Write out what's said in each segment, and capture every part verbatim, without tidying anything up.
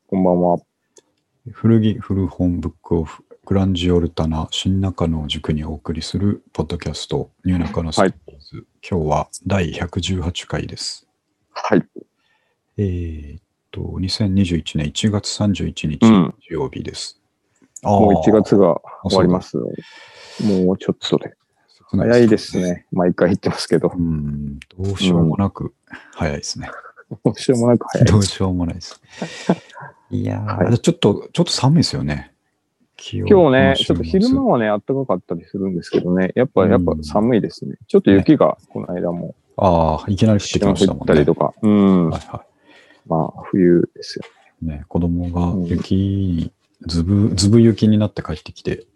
こんばんは。 古着古本ブックオフグランジオルタナ新中野を塾にお送りするポッドキャストニューナカのストーリーズ、はい、今日はだいひゃくじゅうはちかいです。 はい。 えー、っとにせんにじゅういちねんいちがつさんじゅういちにち日曜日です。 うん、もういちがつが終わります。もうちょっとで。早いですね。毎回言ってますけど。 うん、どうしようもなく早いですね。 どうしようもなく早い。 どうしようもないです。いやー、はい、ちょっと、ちょっと寒いですよね。 今日ね、ちょっと昼間はね、暖かかったりするんですけどね、やっぱ、やっぱ寒いですね。ちょっと雪がこの間も、ね。 ああ、いきなり降ってきましたもんね。 降ったりとか。うん。 はいはい。 まあ、冬ですよね。子供が雪に、ずぶ、ずぶ雪になって帰ってきて。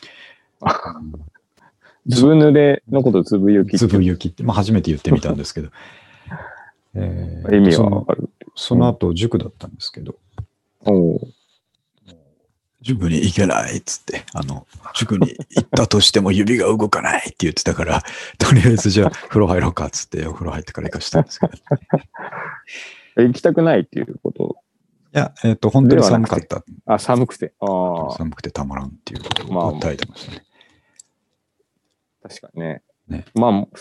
ずぶ濡れのことずぶ雪って。 ずぶ雪って、まあ初めて言ってみたんですけど。 えー、意味はわかる。 その後、塾だったんですけど。 おう塾に行けないっつって、あの、塾に行ったとしても指が動かないって言ってたから、とりあえずじゃあ風呂入ろうかっつってお風呂入ってから行かしたんですけど。 行きたくないっていうこと？ いや、えっと、本当に寒かった。 あ、寒くて。ああ。 寒くてたまらんっていうことを訴えてましたね。 まあ、確かにね。 ね。 まあ、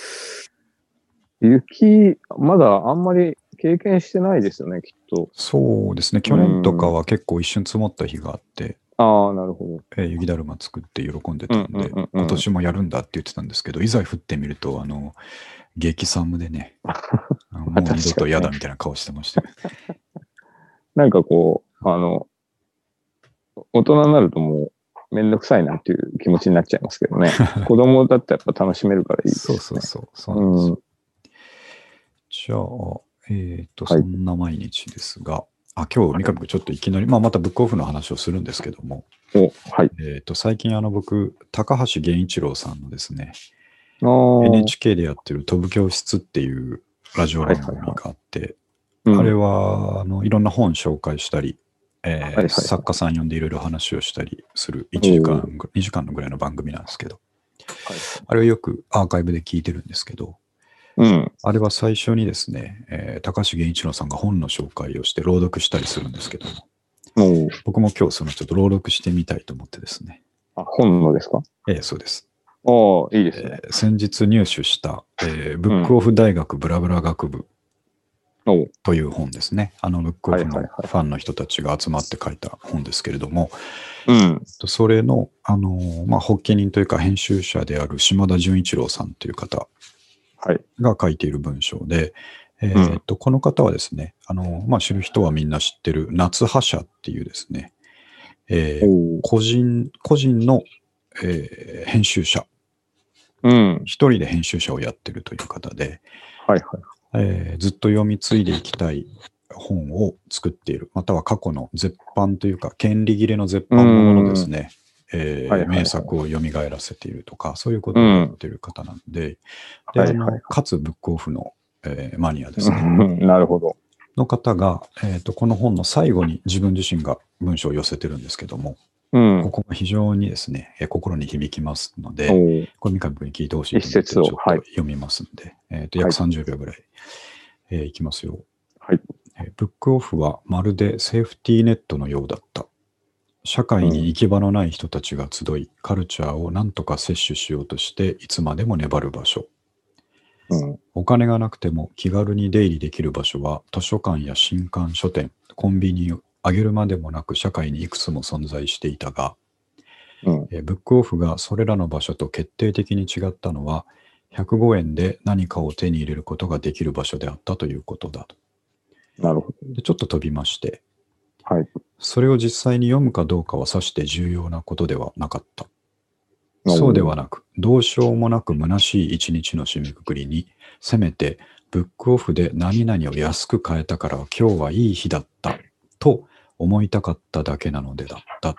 雪、まだあんまり経験してないですよね、きっと。 そうですね。去年とかは結構一瞬積もった日があって、 ああ、なるほど。 えー、雪だるま作って喜んでたんで、今年もやるんだって言ってたんですけど、いざ降ってみると、あの、激寒でね、もう二度と嫌だみたいな顔してました。 なんかこう、あの、大人になるともうめんどくさいなっていう気持ちになっちゃいますけどね。子供だってやっぱ楽しめるからいいですね。 そうそうそう。そうなんですよ。じゃあ、えっと、そんな毎日ですが、あ、今日、三上君ちょっといきなり、まあ、またブックオフの話をするんですけども、 お、はい。 えっと、最近、あの、僕、高橋源一郎さんのですね、エヌエイチケー でやってる飛ぶ教室っていうラジオ番組があって、あれは、あの、いろんな本紹介したり、えー、作家さん呼んでいろいろ話をしたりするいちじかん、にじかんのぐらいの番組なんですけど、はい、あれをよくアーカイブで聞いてるんですけど、うん、あれは最初にですね、えー、高橋源一郎さんが本の紹介をして朗読したりするんですけども、僕も今日そのちょっと朗読してみたいと思ってですね。 あ、本のですか？ ええー、そうです。 ああ、いいですね。 えー、先日入手した、えー、ブックオフ大学ブラブラ学部という本ですね。あのブックオフのファンの人たちが集まって書いた本ですけれども、うん、それの、あのーまあ、発起人というか編集者である島田純一郎さんという方が書いている文章で、はい、えーとうん、この方はですね、あのまあ、知る人はみんな知ってる夏葉社っていうですね、えー、個人個人の、えー、編集者、うん、一人で編集者をやってるという方で、はいはいえー、ずっと読み継いでいきたい本を作っている、または過去の絶版というか権利切れの絶版もののですね、えー、名作を蘇らせているとか、そういうことをやっている方なんで、うん、であのかつブックオフの、えー、マニアですね。 なるほど。 の方が、えーと、この本の最後に自分自身が文章を寄せてるんですけども、うん、ここが非常にですね、えー、心に響きますので、これ三上君に聞いてほしいと思ってちょっと読みますので、はい、えーと約さんじゅうびょうぐらい、えー、いきますよ。はいえー。ブックオフはまるでセーフティーネットのようだった。社会に行き場のない人たちが集い、カルチャーを何とか摂取しようとしていつまでも粘る場所。うん、お金がなくても気軽に出入りできる場所は図書館や新刊書店、コンビニを挙げるまでもなく社会にいくつも存在していたが、うんえブックオフがそれらの場所と決定的に違ったのはひゃくごえんで何かを手に入れることができる場所であったということだと。 なるほど。 でちょっと飛びまして、 はい、 それを実際に読むかどうかはさして重要なことではなかった。そうではなく、どうしようもなく虚しい一日の締めくくりに、せめてブックオフで何々を安く買えたから今日はいい日だったと思いたかっただけなのでだった。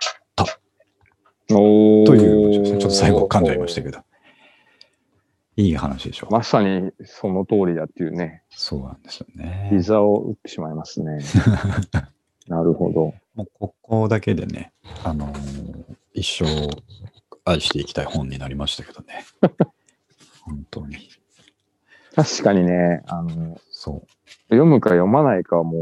という文章ですね。ちょっと最後噛んじゃいましたけど。いい話でしょう。 まさにその通りだっていうね。 そうなんですよね。 膝を打ってしまいますね。なるほど。 もうここだけでね、あのー、一生愛していきたい本になりましたけどね。本当に。 確かにね、あの、 そう。 読むか読まないかはもう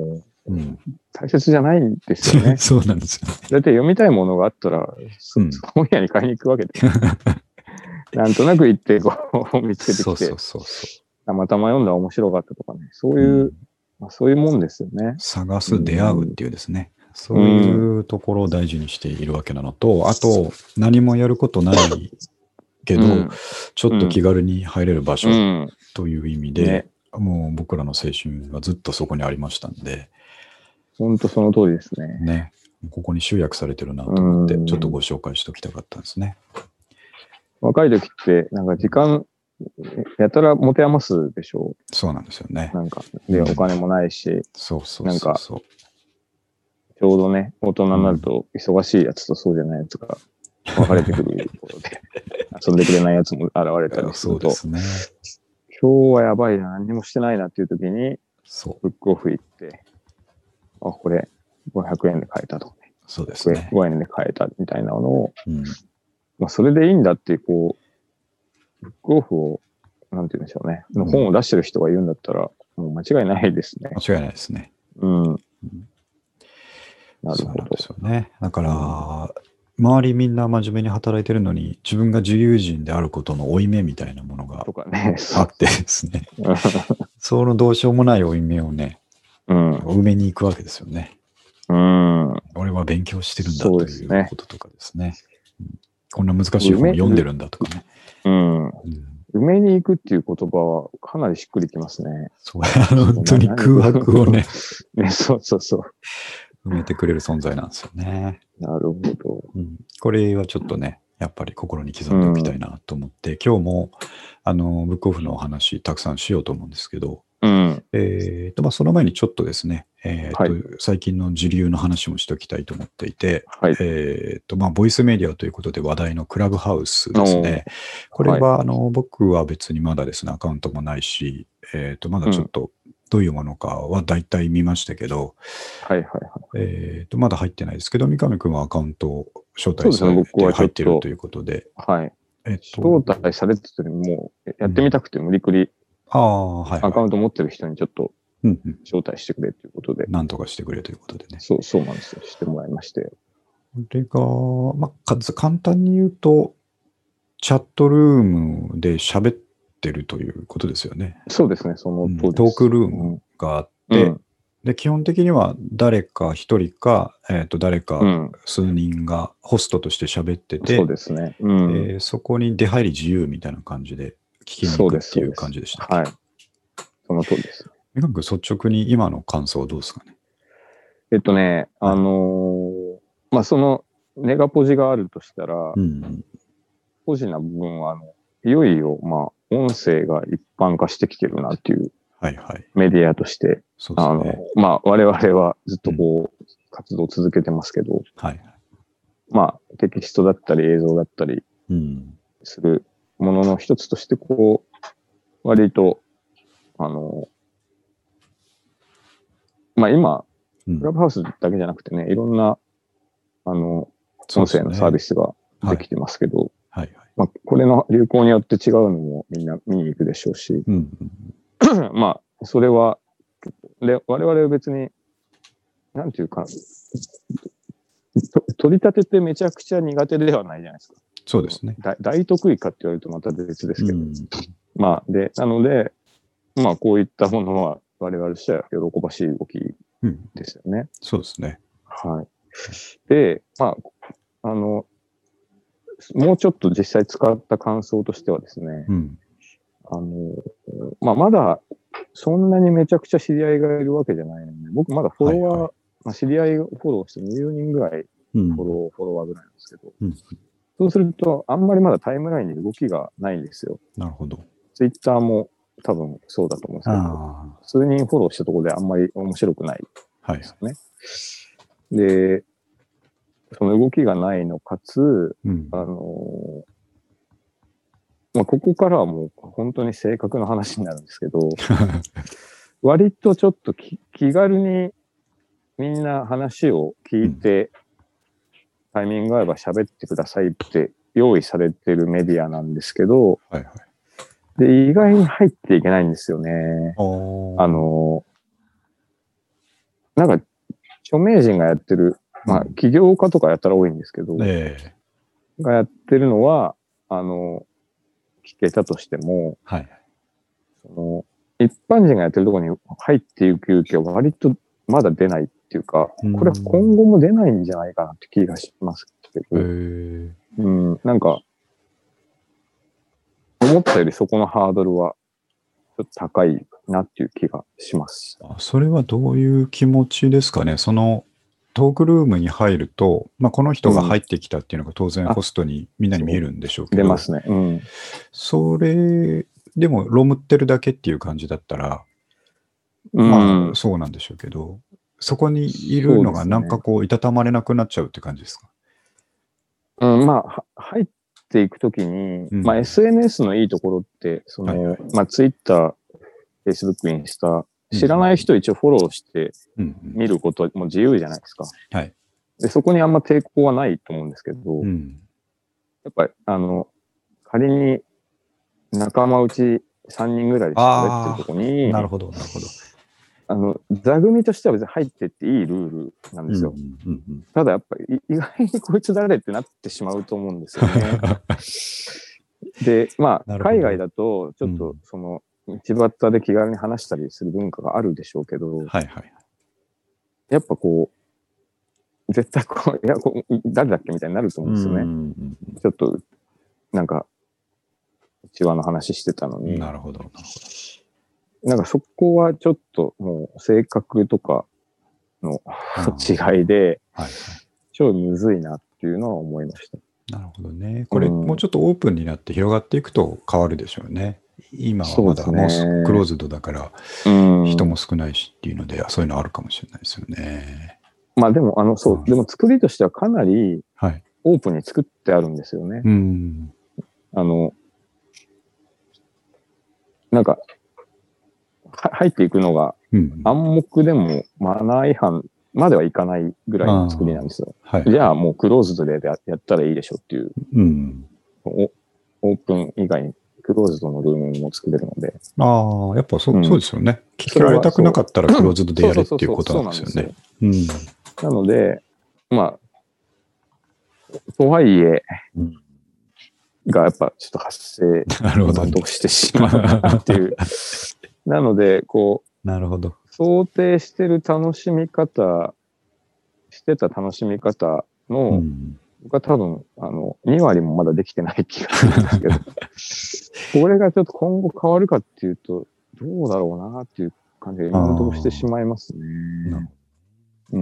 うん、 大切じゃないんですよね。 そうなんですよね。 だって読みたいものがあったら、うん、本屋に買いに行くわけで。なんとなく行ってこう見つけてきて、そうそうそうそうたまたま読んだら面白かったとかね、そういう、うん、まあ、そういうもんですよね。 探す、出会うっていうですね、うん、そういうところを大事にしているわけなのと、あと、何もやることないけど、うん、ちょっと気軽に入れる場所という意味で、うんね、もう僕らの青春がずっとそこにありましたんで。 本当その通りですね。 ね。ここに集約されてるなと思って、ちょっとご紹介しておきたかったんですね。 若い時って、なんか時間、やたら持て余すでしょう。 そうなんですよね。 なんか、で、お金もないし、 そうそうそう。 なんか、ちょうどね、大人になると、忙しいやつとそうじゃないやつが分かれてくるところで、遊んでくれないやつも現れたりすると、そうですね。今日はやばいな、何もしてないなっていう時に、そうブックオフ行って、あ、これごひゃくえんで買えたとかね。 そうですね。 ごえんで買えたみたいなのを、うん、まあ、それでいいんだっていう、こう、ブックオフを、なんて言うんでしょうね。うん、本を出してる人が言うんだったら、もう間違いないですね。 間違いないですね。 うん。うん、 なるほど。そうなんですよね。だから、うん、周りみんな真面目に働いてるのに、自分が自由人であることの負い目みたいなものがあってですね。そのどうしようもない負い目をね、うん、埋めに行くわけですよね。うん。俺は勉強してるんだということとかですね。うん、こんな難しい本読んでるんだとかね。 うん。うん、埋めに行くっていう言葉はかなりしっくりきますね。 そう、本当に空白をね。 ね、そうそうそう。 埋めてくれる存在なんですよね。 なるほど、 うん。これはちょっとね、やっぱり心に刻んでおきたいなと思って、うん、今日も、あの、ブックオフのお話たくさんしようと思うんですけど、うん、えーとまあ、その前にちょっとですね、えーとはい、最近の時流の話もしておきたいと思っていて、はい、えーとまあ、ボイスメディアということで話題のクラブハウスですね。これは、はい、あの僕は別にまだですね、アカウントもないし、えーとまだちょっとどういうものかは大体見ましたけど、 はいはいはいえーとまだ入ってないですけど、三上君はアカウントを招待されて入ってるということで。 はい。えっと、招待されてたのにもうやってみたくて無理くり、うんああ、はい、はい。 アカウント持ってる人にちょっと招待してくれということで。 なんとかしてくれということでね。 そう、そうなんですよ。してもらいまして。これが、まあ、簡単に言うと、チャットルームで喋ってるということですよね。 そうですね、その通りです。 うん、トークルームがあって、うん、で、基本的には誰か一人か、えっと、誰か数人がホストとして喋ってて、 うん、そうですね。うん、 えー、そこに出入り自由みたいな感じで聞きに行くっていう感じでしたっけ。 はい。その通りです。 三上君、率直に今の感想はどうですかね。 えっとね、あのー、まあ、そのネガポジがあるとしたら、うん、ポジな部分は、あの、いよいよ、まあ、音声が一般化してきてるなっていう、 はいはい、 メディアとして、 そうですね、 あの、まあ、我々はずっとこう、うん、活動を続けてますけど、 はい、 まあ、テキストだったり映像だったりするものの一つとして、こう、割と、あの、まあ今、クラブハウスだけじゃなくてね、いろんな、あの、音声のサービスができてますけど、はいはいはい、まあ、これの流行によって違うのもみんな見に行くでしょうし、うんうん、まあ、それは、で、我々は別に、なんていうか、取り立ててめちゃくちゃ苦手ではないじゃないですか。 そうですね。 大得意かって言われるとまた別ですけど。うん、まあ、で、なので、まあ、こういったものは我々としては喜ばしい動きですよね。うん、 そうですね。 はい。で、まあ、あの、もうちょっと実際使った感想としてはですね、うん、あの、まあ、まだそんなにめちゃくちゃ知り合いがいるわけじゃないので、僕まだフォロワー、はいはい、まあ、知り合いをフォローしてにじゅうにんぐらいフォロー、うん、フォロワーぐらいなんですけど、うん、そうするとあんまりまだタイムラインに動きがないんですよ。 なるほど。 ツイッターも多分そうだと思うんですけど、数人フォローしたところであんまり面白くないですよね。はい、で、その動きがないのかつ、うん、あの、まあ、ここからはもう本当に正確な話になるんですけど、割とちょっと気軽にみんな話を聞いて、うん、タイミングがあれば喋ってくださいって用意されてるメディアなんですけど、はいはい、で、意外に入っていけないんですよね。あの、 なんか、著名人がやってる、まあ、起業家とかやったら多いんですけど、えー、がやってるのは、あの、聞けたとしても、はい、その一般人がやってるところに入っていく勇気は割とまだ出ないっていうか、これは今後も出ないんじゃないかなって気がしますけど、えー、うん、なんか、思ったよりそこのハードルはちょっと高いなっていう気がします。 それはどういう気持ちですかね。そのトークルームに入ると、まあ、この人が入ってきたっていうのが当然ホストにみんなに見えるんでしょうけど、 出ますね。うん、 それでもロムってるだけっていう感じだったら、うん、まあそうなんでしょうけど、そこにいるのがなんかこういたたまれなくなっちゃうって感じですか。 うん、まあ入っていくときに、うん、まあ エスエヌエス のいいところって、その、はいはい、まあ Twitter、Facebook、インスタ、知らない人一応フォローして見ることも自由じゃないですか。はい。で、そこにあんま抵抗はないと思うんですけど、うん、やっぱり、あの、仮に仲間内さんにんぐらいで喋ってるとこに、 なるほど、なるほど。 あの、座組としては別に入ってっていいルールなんですよ。うんうんうん、ただやっぱり意外にこいつ誰ってなってしまうと思うんですよね。で、まあ、海外だと、ちょっとその、道端で気軽に話したりする文化があるでしょうけど、はいはい、やっぱこう、絶対こう、いや、こう誰だっけみたいになると思うんですよね。うんうんうん、ちょっと、なんか、内輪の話してたのに。 なるほど、なるほど。 なんかそこはちょっともう性格とかの違いで、はいはい、超むずいなっていうのは思いました。 なるほどね。これ、うん、もうちょっとオープンになって広がっていくと変わるでしょうね。今はまだもうクローズドだから、人も少ないしっていうので、そういうのあるかもしれないですよね。 まあでも、あの、そう、うん、でも作りとしてはかなりオープンに作ってあるんですよね。うん、あの、なんか、入っていくのが暗黙でもマナー違反まではいかないぐらいの作りなんですよ。はい、じゃあもうクローズドでやったらいいでしょっていう、うん、オープン以外にクローズドのルームも作れるので。 ああ、やっぱそ、うん、そうですよね。聞きられたくなかったらクローズドでやれっていうことなんですよね。 なので、まあ、とはいえ、うん、がやっぱちょっと発生どうしてしまうなっていう。なので、こう、なるほど。 想定してる楽しみ方、してた楽しみ方の、うん、僕は多分、あの、に割もまだできてない気がするんですけど、これがちょっと今後変わるかっていうと、どうだろうなっていう感じで今のところしてしまいますね。うん。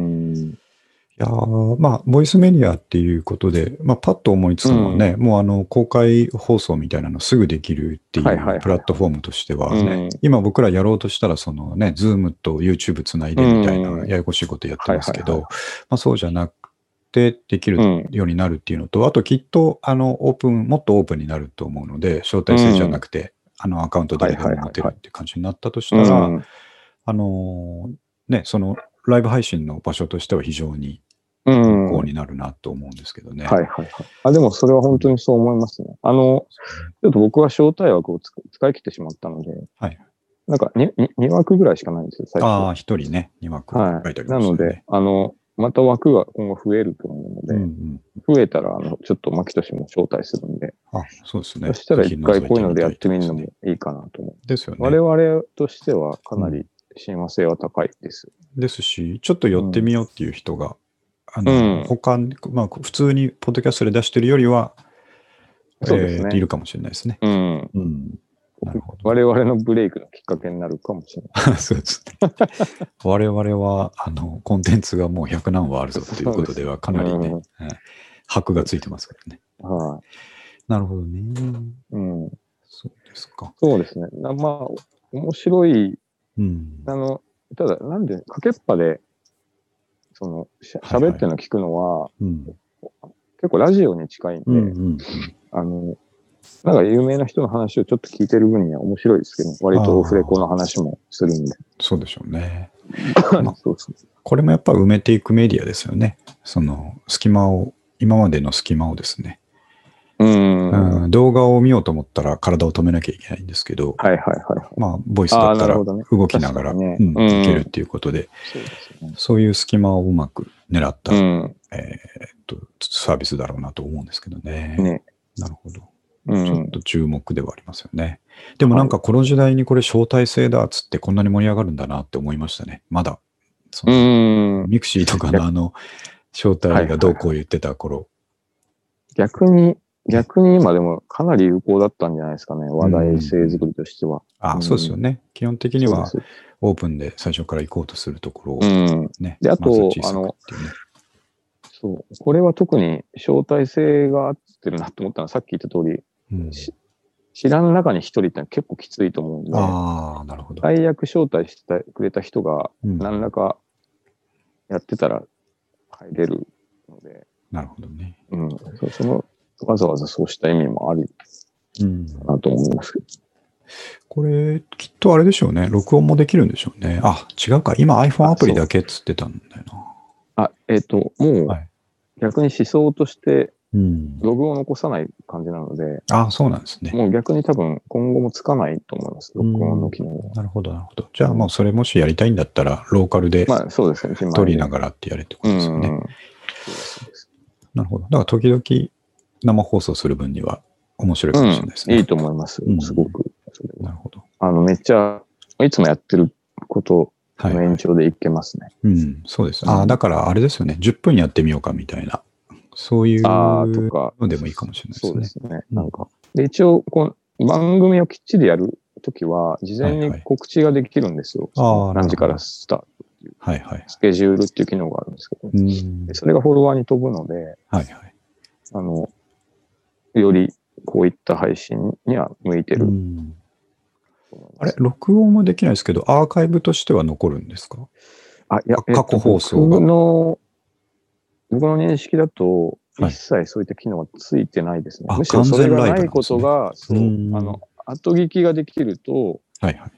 いやまあ、ボイスメディアっていうことで、まあ、パッと思いつくのはね、うん、もうあの、公開放送みたいなのすぐできるっていうプラットフォームとしてはね、今僕らやろうとしたら、そのね、ズームと YouTube つないでみたいなややこしいことやってますけど、まあ、そうじゃなくてできるようになるっていうのと、うん、あときっと、あの、オープン、もっとオープンになると思うので、招待制じゃなくて、うん、あの、アカウント誰でも持てるっていう感じになったとしたら、あの、ね、その、ライブ配信の場所としては非常に有効になるなと思うんですけどね。 うん、はいはいはい。あ、でもそれは本当にそう思いますね。あの、ちょっと僕は招待枠を使い切ってしまったので、はい。なんか 2, 2枠ぐらいしかないんですよ、 最初。ああ、ひとりね、に枠書いてありますね。 なので、あの、また枠が今後増えると思うので、うんうん、増えたら、あの、ちょっと牧俊も招待するんで、 あ、そうですね。 そしたら一回こういうのでやってみるのもいいかなと思う。 ですよね。 我々としてはかなり親和性は高いです。 うん、ですし、ちょっと寄ってみようっていう人が、あの、うん、他、まあ、普通にポッドキャストで出してるよりは、そうですね、えー、いるかもしれないですね。うん。うん、 なるほど。我々のブレイクのきっかけになるかもしれない。 そうですね。我々は、あの、コンテンツがもうひゃくなんわあるぞということでは、かなりね、うん、箔がついてますからね。はい。なるほどね。うん。そうですか。 そうですね。まあ、面白い、うん、あの、ただ、なんで、かけっぱで、その、しゃべってるの聞くのは、はいはい、うん、結構ラジオに近いんで、うんうんうん、あの、なんか有名な人の話をちょっと聞いてる分には面白いですけど、割とオフレコの話もするんで。 そうでしょうね。まあ、そうそう、これもやっぱ埋めていくメディアですよね。その隙間を、今までの隙間をですね、 うん、うん、動画を見ようと思ったら体を止めなきゃいけないんですけど、 はいはいはい。 まあ、ボイスだったら動きながら、ね、うん、いけるっていうことで、そうですね、そういう隙間をうまく狙った、うん、えー、っとサービスだろうなと思うんですけどね。ね、なるほど。うん、ちょっと注目ではありますよね。でもなんかこの時代にこれ招待制だっつってこんなに盛り上がるんだなって思いましたね。まだ。そのミクシーとかのあの招待がどうこう言ってた頃。 逆に、逆に今でもかなり有効だったんじゃないですかね。話題性作りとしては。 ああ、そうですよね。基本的にはオープンで最初から行こうとするところをね。 で、あと、あの、そう、これは特に招待制が合ってるなと思ったのはさっき言った通り、うん、知らん中に一人ってのは結構きついと思うんで、 ああ、なるほど。 最悪招待してくれた人が何らかやってたら入れるので、 うん、なるほどね。 うん、そ, そのわざわざそうした意味もありかなと思いますけど。 これ、きっとあれでしょうね。録音もできるんでしょうね。あ、違うか。今 iPhone アプリだけっつってたんだよな。 あ、えっ、ー、と、もう、逆に思想として、ログを残さない感じなので、うん、 あ、そうなんですね。 もう逆に多分今後もつかないと思います。録音の機能は。 なるほど、なるほど。じゃあもうそれもしやりたいんだったら、ローカルで、 まあそうですね。 撮りながらってやれってことですよね。なるほど。だから時々生放送する分には面白いかもしれないですね。 うん、いいと思います。すごく。 なるほど。 あの、めっちゃ、いつもやってることの延長でいけますね。 はいはい、うん、そうです。ああ、だからあれですよね。じゅっぷんやってみようかみたいな。そういうのでもいいかもしれないですね。 そうですね。なんか。で、一応、この番組をきっちりやるときは、事前に告知ができるんですよ。はいはい、何時からスタートっていう。 はいはい。 スケジュールっていう機能があるんですけど、でそれがフォロワーに飛ぶので、はいはい。あの、よりこういった配信には向いてる。 あれ、録音もできないですけど、アーカイブとしては残るんですか？ あ、いや、 過去放送が。 僕の、僕の認識だと、一切そういった機能はついてないですね。はい、むしろそれがないことが、そう、あの、後聞きができると、はいはい、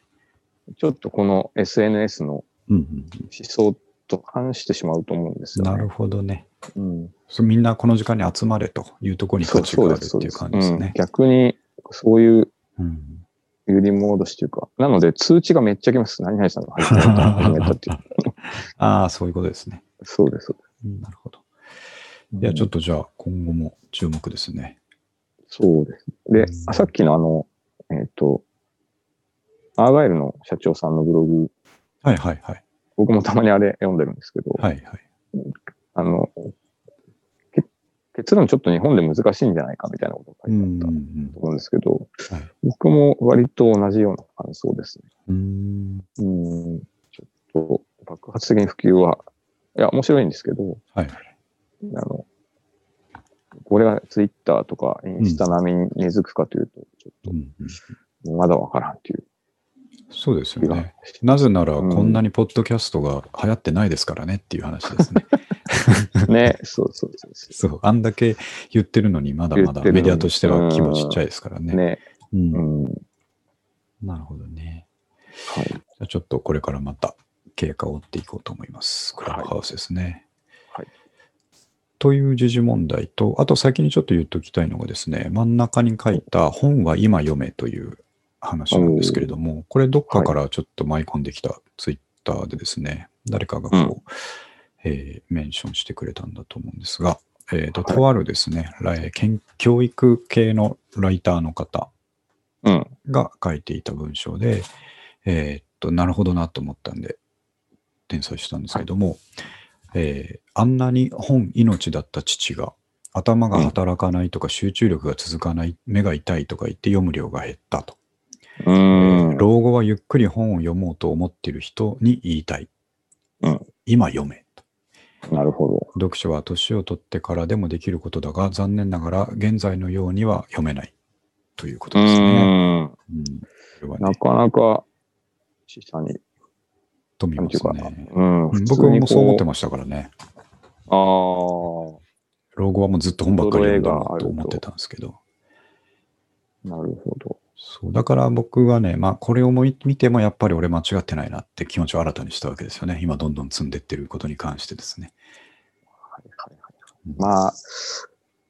ちょっとこの エスエヌエス の思想と反してしまうと思うんですよね。 なるほどね。うん、みんなこの時間に集まれというところに価値があるっていう感じですね。 逆に、そういう、うん揺り戻しというか。なので、通知がめっちゃ来ます。何々さんが始めた、始めたっていう。 ああ、そういうことですね。 そうです。 うん、なるほど。いや、ちょっとじゃあ、今後も注目ですね。 そうです。で、うん、さっきのあの、えっ、ー、と、アーガイルの社長さんのブログ。 はいはいはい。 僕もたまにあれ読んでるんですけど。 はいはい。 あの、結論ちょっと日本で難しいんじゃないかみたいなことが書いてあったと思うんですけど、はい、僕も割と同じような感想ですね。うんうんちょっと爆発的に普及は、いや、面白いんですけど、はい、あのこれがツイッターとかインスタ並みに根付くかというと、ちょっとまだわからんという。 そうですよね。なぜなら、こんなにポッドキャストが流行ってないですからねっていう話ですね。 ね、そうそうそうそう。あんだけ言ってるのに、まだまだメディアとしては規模ちっちゃいですからね。ね。うん。なるほどね。はい。じゃあちょっとこれからまた経過を追っていこうと思います。クラブハウスですね。はい。はい、という時事問題と、あと先にちょっと言っておきたいのがですね、真ん中に書いた本は今読めという話なんですけれども、これどっかからちょっと舞い込んできたツイッターでですね、誰かがこう、うんえー、メンションしてくれたんだと思うんですが、えーと、とあるですね、はい、教育系のライターの方が書いていた文章で、うん、えー、っと、なるほどなと思ったんで、転載したんですけども、はいえー、あんなに本命だった父が、頭が働かないとか集中力が続かない、目が痛いとか言って読む量が減ったと。うんえー、老後はゆっくり本を読もうと思っている人に言いたい。うん、今読め。 なるほど。 読書は年を取ってからでもできることだが、残念ながら現在のようには読めないということですね。うんうんこれはねなかなか示唆に。 と見ますね。うん、僕もそう思ってましたからね。ああ。老後はもうずっと本ばっかり読んだと思ってたんですけど。 なるほど。 そうだから僕はね、まあこれを見てもやっぱり俺間違ってないなって気持ちを新たにしたわけですよね。今どんどん積んでってることに関してですね。 はいはいはい。まあ、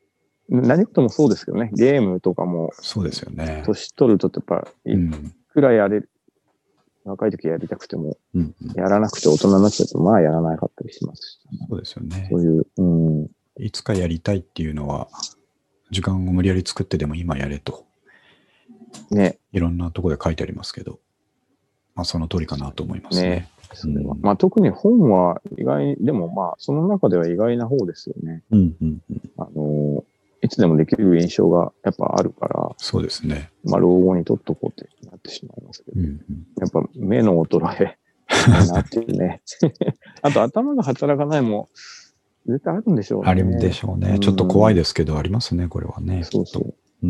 何事もそうですけどね、ゲームとかも、 そうですよね。 年取るとやっぱ、いくらやれる、うん、若い時やりたくても、うんうん、やらなくて大人になっちゃうと、まあやらなかったりしますし。 そうですよね。 そういう、うん。 いつかやりたいっていうのは、時間を無理やり作ってでも今やれと。 ね。 いろんなところで書いてありますけど、まあその通りかなと思いますね。ねそれはうん、まあ特に本は意外、でもまあその中では意外な方ですよね。 うんうんうん、 あの、いつでもできる印象がやっぱあるから、 そうですね。 まあ老後に取っとこうってなってしまいますけど、うんうん、やっぱ目の衰えないなっていうね。あと頭が働かないも絶対あるんでしょうね。 あるんでしょうね。ちょっと怖いですけど、ありますね、これはね。 そうそう。 うん、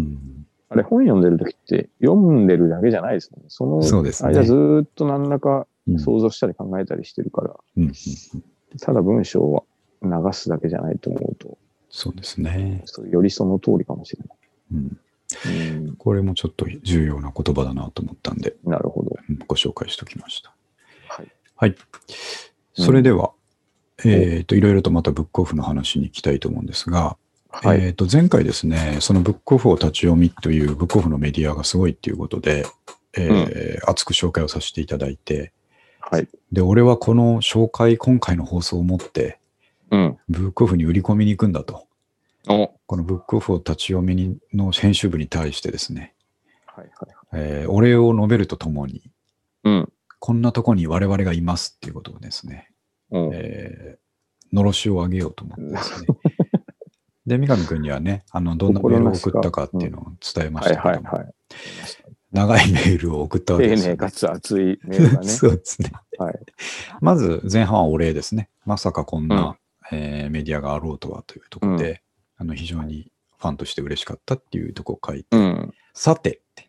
あれ、本読んでる時って読んでるだけじゃないですもんね。その間ずっと何らか想像したり考えたりしてるから、 うんうんうん、 ただ文章を流すだけじゃないと思うと、 そうですね。 よりその通りかもしれない。 うんうん、これもちょっと重要な言葉だなと思ったんで、 なるほど。 ご紹介しておきました。 はい。 はい。それでは、うん、えっと、いろいろとまたブックオフの話に行きたいと思うんですが、はい、えっと、前回ですね、そのブックオフを立ち読みというブックオフのメディアがすごいっていうことで、えーうん、熱く紹介をさせていただいて、 はい。 で、俺はこの紹介、今回の放送をもって、うん、ブックオフに売り込みに行くんだと。このブックオフを立ち読みにの編集部に対してですね、はいはいはいえー、お礼を述べるとともに、うん、こんなとこに我々がいますっていうことをですね、うんえー、のろしを上げようと思ってですね。で、三上君にはね、あの、どんなメールを送ったかっていうのを伝えましたけども、長いメールを送ったわけですよ、ね。 丁寧かつ熱いメールがね。 そうですね。はい。まず前半はお礼ですね。まさかこんな、うんえー、メディアがあろうとはというところで、うん、あの非常にファンとして嬉しかったっていうところを書いて、うん、さてって。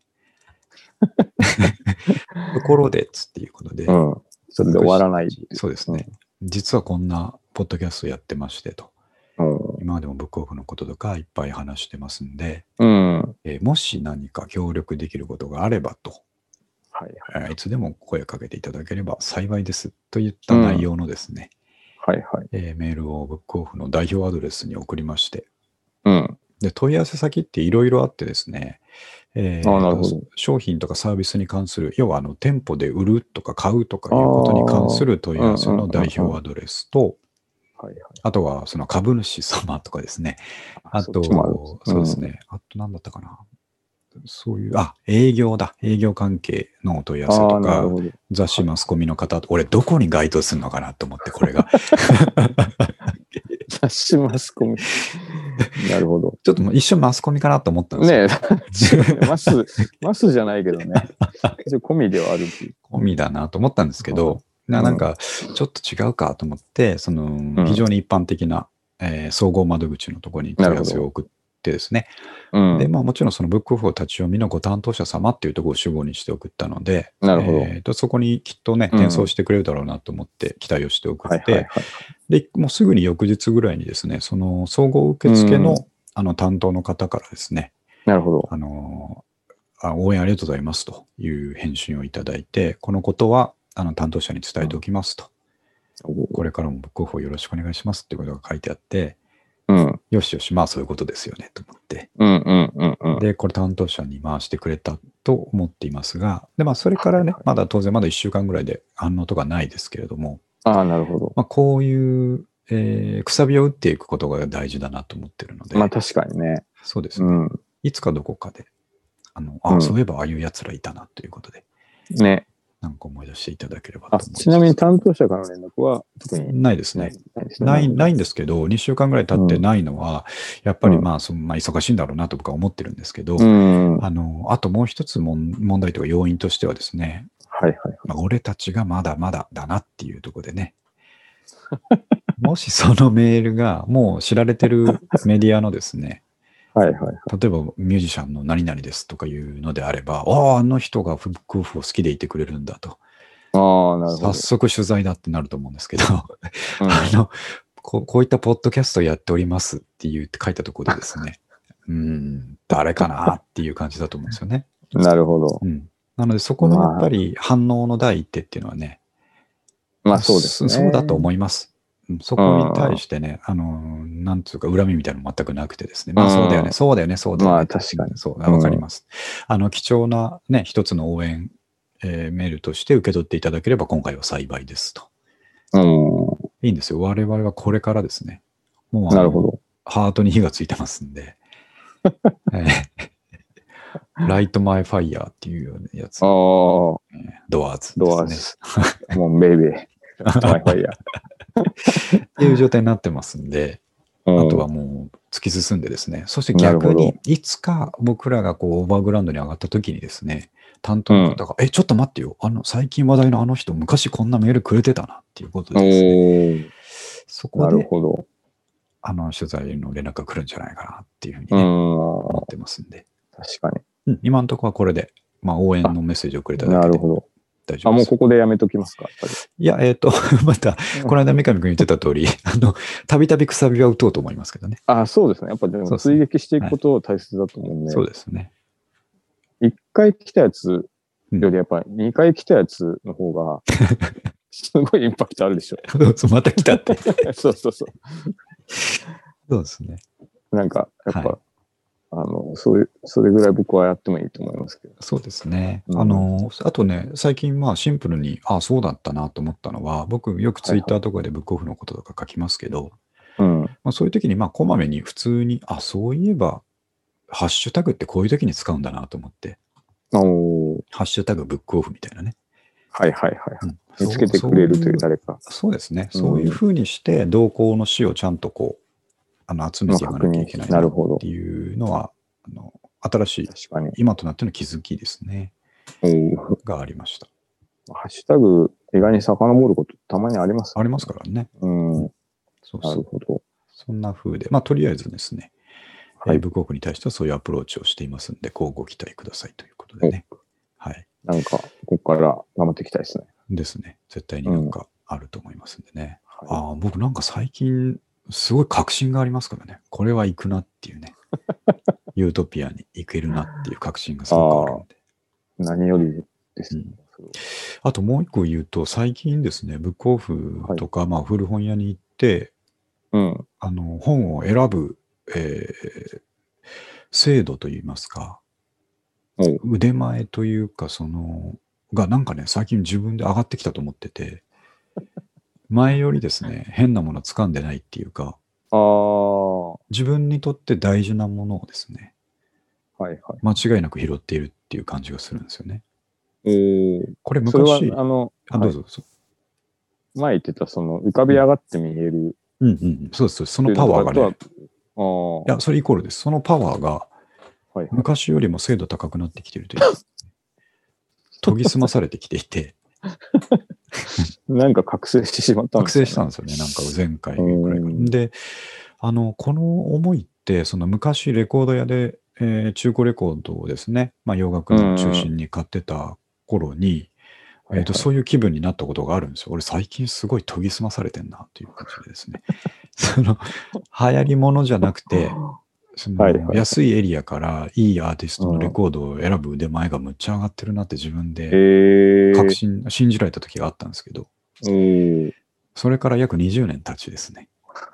ところでつっていうことで、うん、 それで終わらない。 そうですね、うん。実はこんなポッドキャストやってましてと。今までもブックオフのこととかいっぱい話してますんで、うんえー、もし何か協力できることがあればと、はいはい、いつでも声かけていただければ幸いですといった内容のですね、うんはいはいえー、メールをブックオフの代表アドレスに送りまして、うん、で問い合わせ先っていろいろあってですね、えー、あなるほど商品とかサービスに関する、要はあの店舗で売るとか買うとかいうことに関する問い合わせの代表アドレスと、はいはい、あとは、その株主様とかですね。あと、そ, そうですね。あと、何だったかな。そういう、あ、営業だ。営業関係のお問い合わせとか、雑誌マスコミの方、はい、俺、どこに該当するのかなと思って、これが。 雑誌マスコミ。なるほど。 ちょっともう一瞬マスコミかなと思ったんですよ。 ねえ、マス、マスじゃないけどね。込みではある。 込みだなと思ったんですけど、な, なんか、ちょっと違うかと思って、その、非常に一般的な、うんえー、総合窓口のところに問い合わせを送ってですね。うん、で、まあもちろんそのブックオフを立ち読みのご担当者様っていうところを主語にして送ったので、なるほど。えー、とそこにきっとね、転送してくれるだろうなと思って期待をして送って、で、もうすぐに翌日ぐらいにですね、その総合受付の、うん、あの担当の方からですね、 なるほど。 あのあ、応援ありがとうございますという返信をいただいて、このことは、あの担当者に伝えておきますと、うん、これからもブックオフをよろしくお願いしますっていうことが書いてあって、うん、よしよし、まあそういうことですよねと思って、うんうんうんうん、で、これ担当者に回してくれたと思っていますが、で、まあそれからね、はいはい、まだ当然まだいっしゅうかんぐらいで反応とかないですけれども、 ああ、なるほど。 まあこういう、えー、くさびを打っていくことが大事だなと思ってるので、 まあ確かにね。 そうですね。うん、いつかどこかで、あの、あ、うん、そういえばああいう奴らいたなということで。 ね。 なんか思い出していただければと思います。 ちなみに担当者からの連絡は特にないですね。ない、ないんですけど、にしゅうかんぐらい経ってないのは、うん、やっぱりまあ、そのまあ、忙しいんだろうなと僕は思ってるんですけど、うん、あの、あともう一つ問題というか要因としてはですね、はいはいはいまあ、俺たちがまだまだだなっていうところでね、もしそのメールがもう知られてるメディアのですね、はいはいはい、例えばミュージシャンの何々ですとかいうのであれば、ああ、あの人がブックオフを好きでいてくれるんだと。あなるほど早速取材だってなると思うんですけど、うん、あのこう、こういったポッドキャストやっておりますっていうって書いたところでですね、うん、誰かなっていう感じだと思うんですよね。 なるほど。 うん、なので、そこのやっぱり反応の第一手っていうのはね、 まあそうですね。 そうだと思います。 そこに対してね、あの、なんつうか恨みみたいなの全くなくてですね。まあそうだよね、そうだよね、そうだよね。 まあ確かに。 そう、わかります。あの、貴重なね、一つの応援、えー、メールとして受け取っていただければ今回は幸いですと。 うん。 いいんですよ。我々はこれからですね。もうなるほど。 ハートに火がついてますんで。ライトマイファイヤーっていうようなやつ。 ああ。 ドアーズですね。 ドアーズ。もうベイベー。ライトマイファイヤー。 っていう状態になってますんで、うん、あとはもう突き進んでですね、そして逆にいつか僕らがこうオーバーグラウンドに上がった時にですね、担当の方が、うん、え、ちょっと待ってよ、あの、最近話題のあの人、昔こんなメールくれてたなっていうことでですね、そこで、なるほど。あの、取材の連絡が来るんじゃないかなっていうふうにね、思ってますんで。 確かに。 うん、今のところはこれで、まあ、応援のメッセージをくれただけで。 なるほど。あ、もうここでやめときますか、やっぱり。 いや、えっ、ー、と、また、この間三上君言ってた通り、あの、たびたびくさびは打とうと思いますけどね。 あ、そうですね。やっぱでも追撃していくこと大切だと思うんで。 そうですね。 一回来たやつよりやっぱり二回来たやつの方が、すごいインパクトあるでしょ。 また来たって。 そうそうそう。 そうですね。 なんか、やっぱ、はい、あの、そういう、それぐらい僕はやってもいいと思いますけど。 そうですね。うん、あの、あとね、最近まあシンプルに、ああ、そうだったなと思ったのは、僕よくツイッターとかでブックオフのこととか書きますけど、はいはい、うん、まあ、そういう時にまあこまめに普通に、あ、そういえば、ハッシュタグってこういう時に使うんだなと思って。 おハッシュタグブックオフみたいなね。 はいはいはい。うん、見つけてくれるという誰か。 そうですね。そういうふうにして、動向の死をちゃんとこう、あの集めていかなきゃいけないなっていうのは、あの新しい、今となっての気づきですね。がありました。 ハッシュタグ、意外に遡ることたまにあります、 ね、ありますからね。 うん。 そうそうなるほど。 そんな風で、まあ、とりあえずですね、はい、えー、ブックオフに対してはそういうアプローチをしていますんで、こうご期待くださいということでね。はい。 なんか、ここから頑張っていきたいですね。 ですね。絶対になんかあると思いますんでね。うん、ああ、僕なんか最近、すごい確信がありますからね。これは行くなっていうね。ユートピアに行けるなっていう確信がすごくあるんで。 何よりですね、 うん。あともう一個言うと、最近ですね、ブックオフとか、はい、まあ古本屋に行って、 うん、 あの本を選ぶ、えー、制度といいますか、腕前というか、その、がなんかね、最近自分で上がってきたと思ってて、前よりですね、変なもの掴んでないっていうか、 あ自分にとって大事なものをですね、 はいはい、 間違いなく拾っているっていう感じがするんですよね。 えー、 これ昔、 れはあの、 あ、どうぞどうぞ。 前言ってた、その浮かび上がって見える。 うんうん、そうです。そのパワーがね、いや、それイコールです。そのパワーが、昔よりも精度高くなってきているという、研ぎ澄まされてきていて、 なんか覚醒してしまったんですよね。覚醒したんですよね。なんか前回くらいから。で、あの、この思いって、その昔レコード屋で、えー、中古レコードをですね、まあ洋楽の中心に買ってた頃に、えーと、そういう気分になったことがあるんですよ。俺最近すごい研ぎ澄まされてんなっていう感じでですね。その、流行りものじゃなくて、その安いエリアからいいアーティストのレコードを選ぶ腕前がむっちゃ上がってるなって自分で確信、信じられた時があったんですけど、それから約にじゅうねん経ちですね。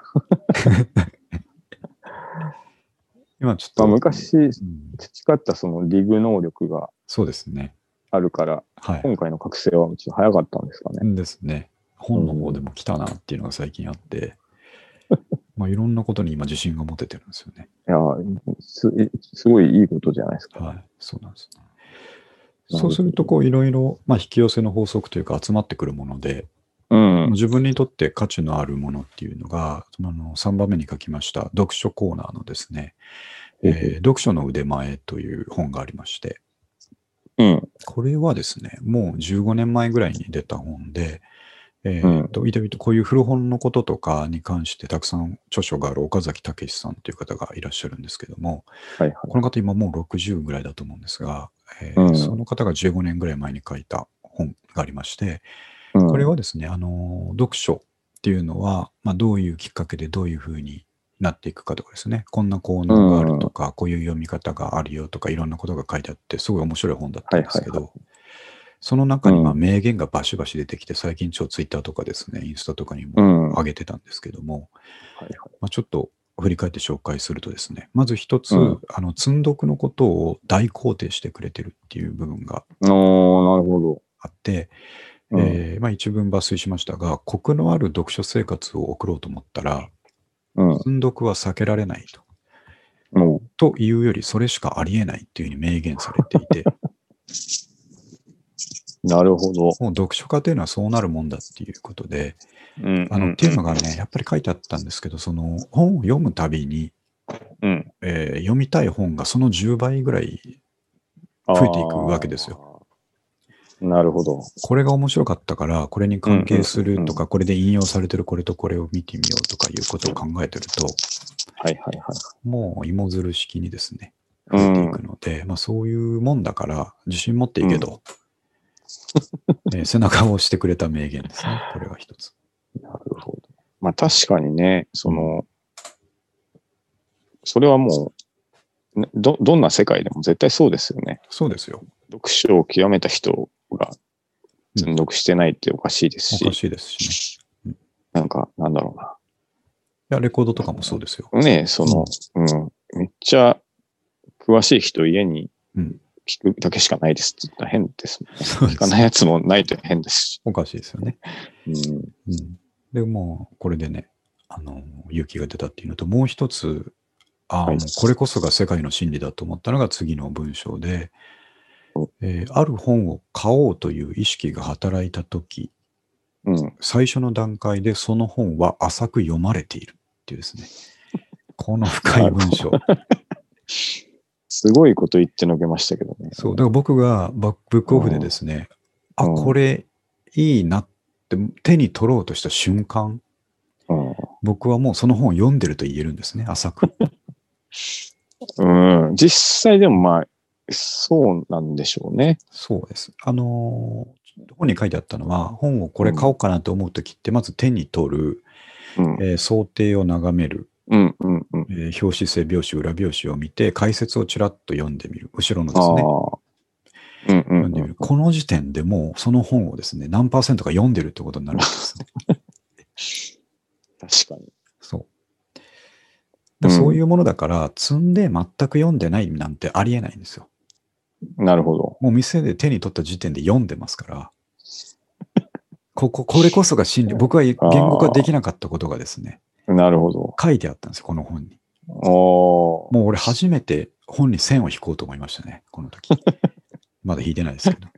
今ちょっと。 まあ、昔、培ったそのリグ能力がそうですね。 あるから、はい、今回の覚醒はちょっと早かったんですかね。 ですね。本の方でも来たなっていうのが最近あって、うん、まあいろんなことに今自信が持ててるんですよね。 いやす、すごいいいことじゃないですか。 はい、そうなんですね。そうすると、こういろいろ、まあ、引き寄せの法則というか集まってくるもので、うん、自分にとって価値のあるものっていうのが、そのさんばんめに書きました読書コーナーのですね、えー、読書の腕前という本がありまして、うん、これはですね、もうじゅうごねんまえぐらいに出た本で、えーと、うん、いろいろこういう古本のこととかに関してたくさん著書がある岡崎武さんという方がいらっしゃるんですけども、はいはい、この方今もうろくじゅうぐらいだと思うんですが、えーうん、その方がじゅうごねんぐらい前に書いた本がありまして、うん、これはですね、あの読書っていうのは、まあ、どういうきっかけでどういうふうになっていくかとかですね、こんな効能があるとか、うん、こういう読み方があるよとかいろんなことが書いてあってすごい面白い本だったんですけど、はいはいはい、 その中にまあ名言がバシバシ出てきて、最近超ツイッターとかですね、インスタとかにも上げてたんですけども、 はいはい、 まあ、ちょっと振り返って紹介するとですね、まず一つ、うん、あの積読のことを大肯定してくれてるっていう部分があって、うん、えーまあ、一文抜粋しましたが、コクのある読書生活を送ろうと思ったら、うん、積読は避けられないと。うん、というより、それしかありえないっていうふうに明言されていて、 なるほど。もう読書家というのはそうなるもんだっていうことで、うんあのっていうのがね、やっぱり書いてあったんですけど、その本を読むたびに、うんえー、読みたい本がそのじゅうばいぐらい増えていくわけですよ。 なるほど。 これが面白かったから、これに関係するとか、これで引用されてるこれとこれを見てみようとかいうことを考えてると、 はいはいはい。 もう芋づる式にですね、増えていくので、うん、まあそういうもんだから自信持っていけと、うんえー、背中を押してくれた名言ですね、これが一つ。 なるほど。まあ確かにね、その、うん、それはもうど、どんな世界でも絶対そうですよね。 そうですよ。 読書を極めた人が積読してないっておかしいですし。 うん、おかしいですしね。うん、なんか、なんだろうな。いや、レコードとかもそうですよ。 ねその、うん、うん、めっちゃ詳しい人家に聞くだけしかないですって言ったら変ですもんね。うん、聞かないやつもないと変ですし。 おかしいですよね。うん。うん、で、もう、これでね、あの、勇気が出たっていうのと、もう一つ、ああ、はい、もうこれこそが世界の真理だと思ったのが次の文章で、えー、ある本を買おうという意識が働いたとき、うん、最初の段階でその本は浅く読まれているっていうですね、この深い文章。 すごいこと言ってのけましたけどね。 そう、だから僕がブックオフでですね、うん、あ、これいいなって手に取ろうとした瞬間、うん、僕はもうその本を読んでると言えるんですね、浅く。 うん、実際でもまあ、そうなんでしょうね。 そうです。あのー、本に書いてあったのは、本をこれ買おうかなと思うときって、まず手に取る、うんえー、想定を眺める、うんうんうんえー、表紙、背表紙、裏表紙を見て、解説をちらっと読んでみる。後ろのですね。うんうんうん、読んでみる。この時点でもうその本をですね、何パーセントか読んでるってことになるわけですね。 確かに。 そう。だそういうものだから、積んで全く読んでないなんてありえないんですよ。 なるほど。 もう店で手に取った時点で読んでますから、ここ、これこそが真理。僕は言語化できなかったことがですね。 なるほど。 書いてあったんですよ、この本に。もう俺初めて本に線を引こうと思いましたね、この時。まだ引いてないですけど。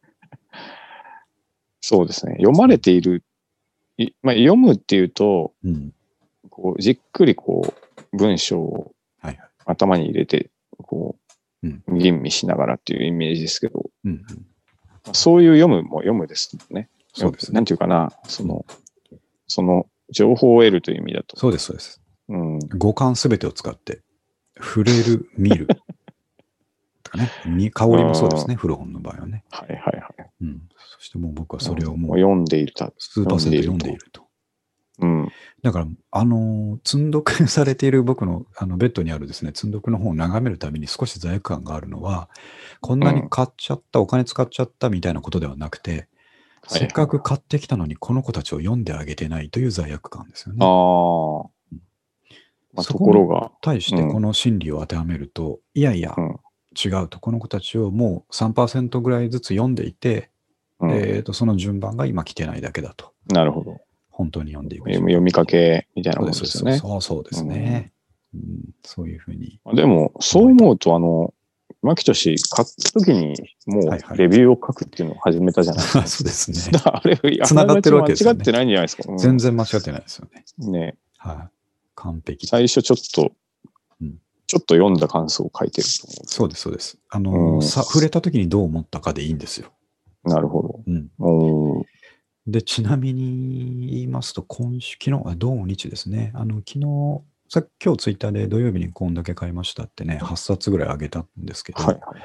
そうですね。読まれている、いまあ、読むっていうと、うん、こうじっくりこう文章を頭に入れて、こう、うん、吟味しながらっていうイメージですけど、うんうんまあ、そういう読むも読むですもんね。 そうですね。 なんていうかな、その、その情報を得るという意味だと。 そうです、そうです。うん、五感すべてを使って、触れる、見る。とかね、香りもそうですね、古本の場合はね。 はいはいはい。 うん、そしてもう僕はそれをもう、 読んでいると。 数パーセント読んでいると。うん、だから、あの、積んどくされている僕のあのベッドにあるですね、積んどくの本を眺めるたびに少し罪悪感があるのは、こんなに買っちゃった、うん、お金使っちゃったみたいなことではなくて、せっかく買ってきたのにこの子たちを読んであげてないという罪悪感ですよね。ああ。まあ、そこに対してこの心理を当てはめると、うん、いやいや、うん違うと、この子たちをもう さんパーセント ぐらいずつ読んでいて、うん、えーと、その順番が今来てないだけだと。 なるほど。 本当に読んでいく。 読みかけみたいなものですよね。 そうそうですね、うんうん。そういうふうに。 でも、そう思うと、あの、牧俊書くときにもうレビューを書くっていうのを始めたじゃないですか。はいはい、 そうですね。 あれ、 つながってるわけですよね。 間違ってないんじゃないですか。うん、 全然間違ってないですよね。 ね。 はい、完璧。 最初ちょっと、うんちょっと読んだ感想を書いてると思う。 そうです、そうです。あの、うん、さ、触れた時にどう思ったかでいいんですよ。 なるほど。うん。 で、ちなみに言いますと、今週、昨日、土日ですね。あの、昨日、さ今日ツイッターで土曜日にこんだけ買いましたってね、はっさつぐらいあげたんですけど、はいはいはい、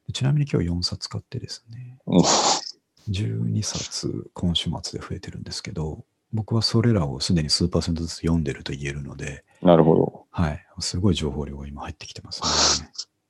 ちなみに今日よんさつ買ってですね、じゅうにさつ今週末で増えてるんですけど、僕はそれらをすでに数パーセントずつ読んでると言えるので、 なるほど。 はい。すごい情報量が今入ってきてますね。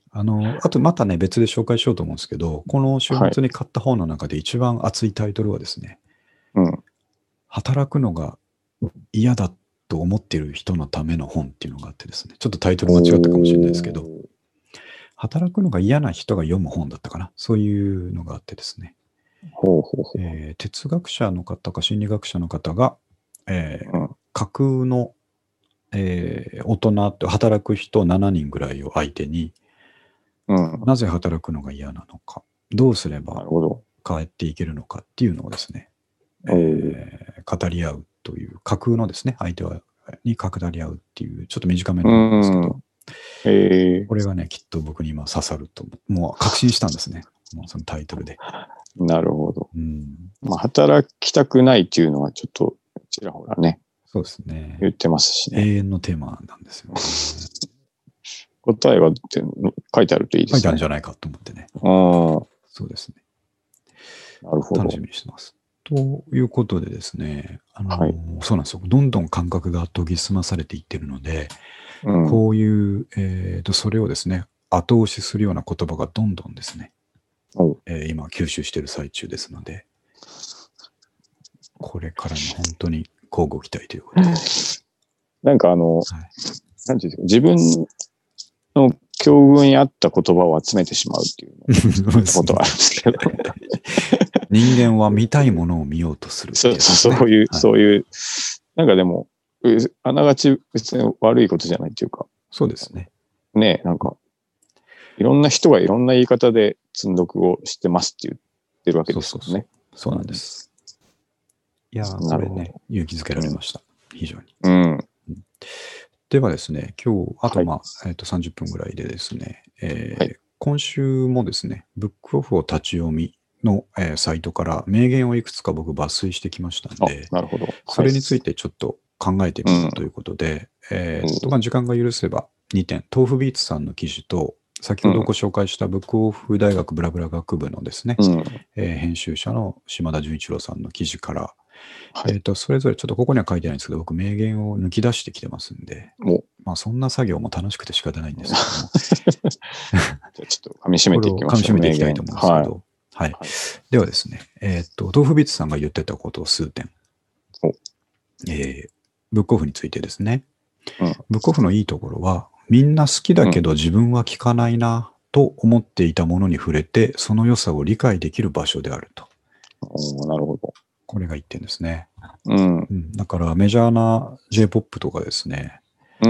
あの、あとまたね、別で紹介しようと思うんですけど、この週末に買った本の中で一番熱いタイトルはですね、 うん、 働くのが嫌だと思っている人のための本っていうのがあってですね、ちょっとタイトル間違ったかもしれないですけど、働くのが嫌な人が読む本だったかな、そういうのがあってですね、 ほうほうほうえー、哲学者の方か心理学者の方が、えーうん、 架空の、えー大人って働く人しちにんぐらいを相手に、 うん、 なぜ働くのが嫌なのか、どうすれなばるほど。 変えていけるのかっていうのをですね、 おーえー語り合うという、架空のですね、相手はに語り合うっていう、ちょっと短めうの本なんですけど、 ん、えこれがね、きっと僕に今刺さると、もう確信したんですね、もうそのタイトルで。 ー、なるほど。 うん、 まあ、働きたくないっていうのはちょっとちらほらね、 そうですね。 言ってますしね。 永遠のテーマなんですよね。 答えはって書いてあるといいですね。 書いてあるんじゃないかと思ってね。 ああ、 そうですね。 なるほど。 楽しみにしてます。ということでですね、あのーはい。 そうなんですよ。どんどん感覚が研ぎ澄まされていってるので、 うん。 こういう、えーと、それをですね、後押しするような言葉がどんどんですね、 おえー今吸収している最中ですので、これからに本当に交互期待ということで。 なんかあの、 はい、 なんていうんですか、自分の境遇に合った言葉を集めてしまうっていうことはあるんですけど。 人間は見たいものを見ようとするってそうやつですね。 そう、そういう、 はい、 そういう、なんかでも、うあながち別に悪いことじゃないっていうか、 そうですね。 ね、なんか、いろんな人がいろんな言い方で積んどくをしてますって言ってるわけですよね。 そうそうそう。そうなんです。いやー、これね、勇気づけられました。うん、非常に。 うん。 ではですね、今日、あと、まあ、 はい、 えー、とさんじゅっぷんぐらいでですね、えーはい、 今週もですね、ブックオフを立ち読みの、えーサイトから名言をいくつか僕抜粋してきましたんあ、 で、 なるほど。 それについてちょっと考えてみようということで、えーとまあ、時間が許せばにてん、豆腐ビーツさんの記事と、先ほどご紹介したブックオフ大学ブラブラ学部のですね、 うん。 えー編集者の島田純一郎さんの記事から、 はい。 えっと、それぞれちょっとここには書いてないんですけど、僕名言を抜き出してきてますんで、 おまあそんな作業も楽しくて仕方ないんですけども、 じゃあちょっと噛み締めこれを噛みていきましょう。 締めていきたいと思うんですけど、はい。 はい。 ではですね、えっと、豆腐ビーツさんが言ってたことを数点、 おえーブックオフについてですね、 うん。 ブックオフのいいところは、みんな好きだけど自分は聞かないなと思っていたものに触れて、その良さを理解できる場所であると。 おなるほど。 これが一点ですね。 うん。 うん、だからメジャーな J-ポップ とかですね、 うん。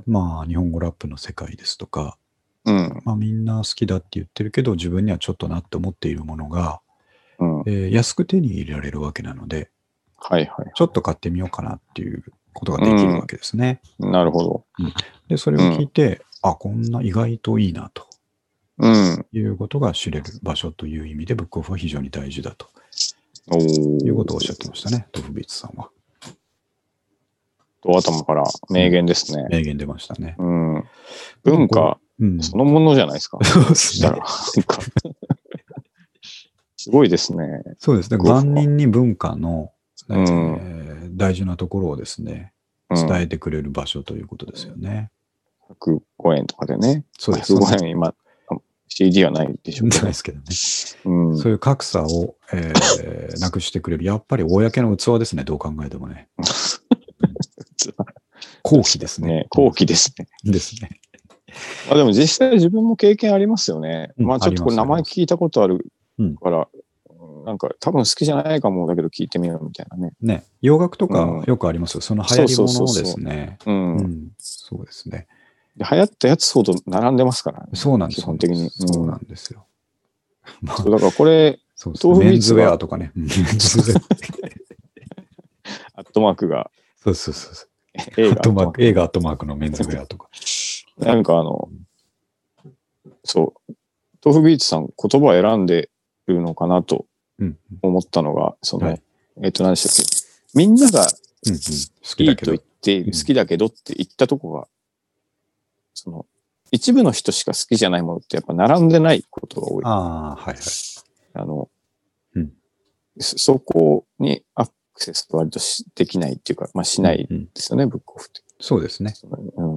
まあ日本語ラップの世界ですとか、 うん。 まあみんな好きだって言ってるけど、自分にはちょっとなって思っているものが、 うん。 えー安く手に入れられるわけなので、 はいはい。 ちょっと買ってみようかなっていうことができるわけですね。 うん。なるほど。 うん、で、それを聞いて、あ、こんな意外といいなとうん。 いうことが知れる場所という意味で、ブックオフは非常に大事だとおいうことをおっしゃーってましたね、豆腐ビーツさんは。 と頭から名言ですね。 名言出ましたね。 うん。文化そのものじゃないですか。 そうですね。 なんかすごいですね。 そうですね。万人に文化の、えーうん、 大事なところをですね、伝えてくれる場所ということですよね。 ひゃくごえんとかでね。 そうですね。ひゃくごえん今、シーディー はないでしょうけど。 ないですけどね。 うん、 そういう格差を、えーなくしてくれる。やっぱり公の器ですね、どう考えてもね。好奇ですね。 好奇ですね。 ですね。 まあでも実際自分も経験ありますよね。 うん、 まあちょっとこれ名前聞いたことあるから、 うん、 なんか多分好きじゃないかもだけど聞いてみようみたいなね。 ね。洋楽とかよくありますよ。その流行りものをですね。 うん。 うん。そうですね。 で流行ったやつほど並んでますからね。 そうなんです。 基本的に。 そうなんですよ。 まあ、そうだからこれ、 そうですね、メンズウェアとかね。メンズウェア。アットマークが。 そうそうそうそう。 映画アットマーク、映画アットマークのメンズウェアとか。 なんかあの、そう、豆腐ビーツさん言葉を選んでるのかなと思ったのが、うん、その、はい、えっと何でしたっけ、みんながいいと言って、うん、好きだけどって言ったとこが、その、一部の人しか好きじゃないものってやっぱ並んでないことが多い。 ああ、はいはい。 あの、 うん、 そこにアクセス割とできないっていうか、まあしないですよね、うんうん、ブックオフって。 そうですね。 うんうん、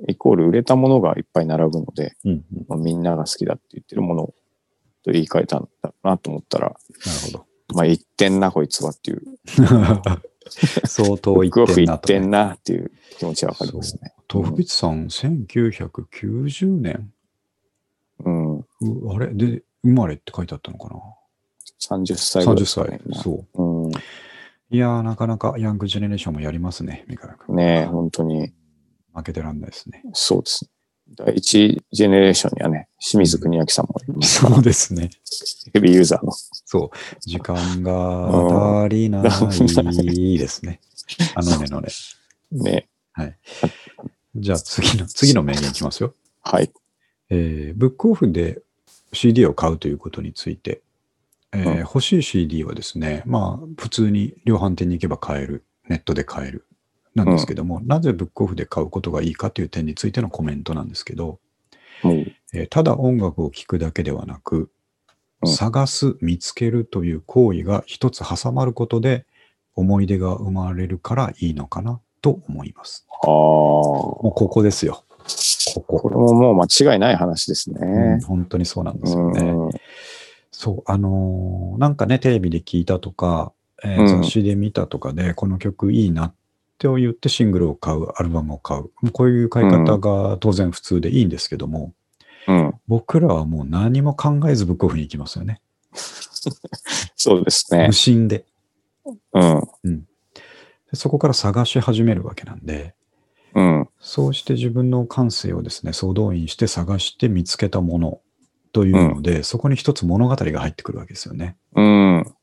イコール売れたものがいっぱい並ぶので、 うんうん、 まあ、みんなが好きだって言ってるものと言い換えたんだなと思ったら、なるほど。 まあ、言ってんな、こいつはっていう。 相当言ってんなと、ね。言ってんなっていう気持ちはわかりますね。 豆腐ビツさん、せんきゅうひゃくきゅうじゅうねん、 うん、 あれで、生まれって書いてあったのかな？ さんじゅっさいぐらいですかね。 さんじゅっさい。そう。うん、いやー、なかなかヤングジェネレーションもやりますね、三河君。 ねえ、本当に。 負けてらんないですね。 そうですね。第一ジェネレーションにはね、清水国明さんもいますから、 うん、そうですね。 ヘビーユーザーの。 そう。時間が足りないですね。あのねのね。 ね。 はい。じゃあ次の、次の名言いきますよ。 はい。 えー、ブックオフで シーディー を買うということについて、えーうん、欲しい シーディー はですね、まあ、普通に量販店に行けば買える、ネットで買える、なんですけども、うん、なぜブックオフで買うことがいいかという点についてのコメントなんですけど、うんえー、ただ音楽を聴くだけではなく、うん、探す、見つけるという行為が一つ挟まることで、思い出が生まれるからいいのかなと思います。ああ。もうここですよ。 ここ。これももう間違いない話ですね。 うん、本当にそうなんですよね。うん、そう、あのー、なんかね、テレビで聞いたとか、えー、雑誌で見たとかで、うん、この曲いいなって言ってシングルを買う、アルバムを買う。こういう買い方が当然普通でいいんですけども、うん、僕らはもう何も考えずブックオフに行きますよね。 そうですね。 無心で。 うん。 うん。でそこから探し始めるわけなんで、うん、そうして自分の感性をですね、総動員して探して見つけたものというので、うん、そこに一つ物語が入ってくるわけですよね。 うん。うん、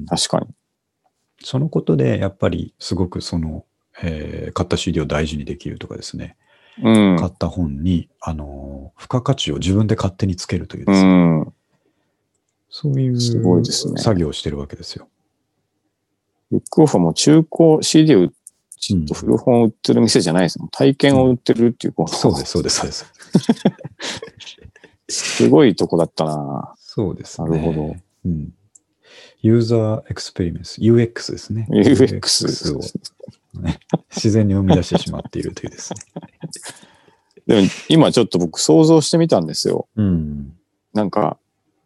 確かに。 そのことで、やっぱりすごくその、えー、買った シーディー を大事にできるとかですね、うん、買った本に、あのー、付加価値を自分で勝手につけるというですね、うん、そういう作業をしてるわけですよ。 ブックオフはもう中古 シーディー をちょっと古本を売ってる店じゃないですもん。体験を売ってるっていう、この、うん、そうです、そうです、そうです。 すごいとこだったな。 そうですね。 なるほど。 うん。ユーザーエクスペリメンス、ユーエックス ですね。 ユーエックス を、 ね、自然に生み出してしまっているというですね。 でも今ちょっと僕想像してみたんですよ。 うん、 なんか、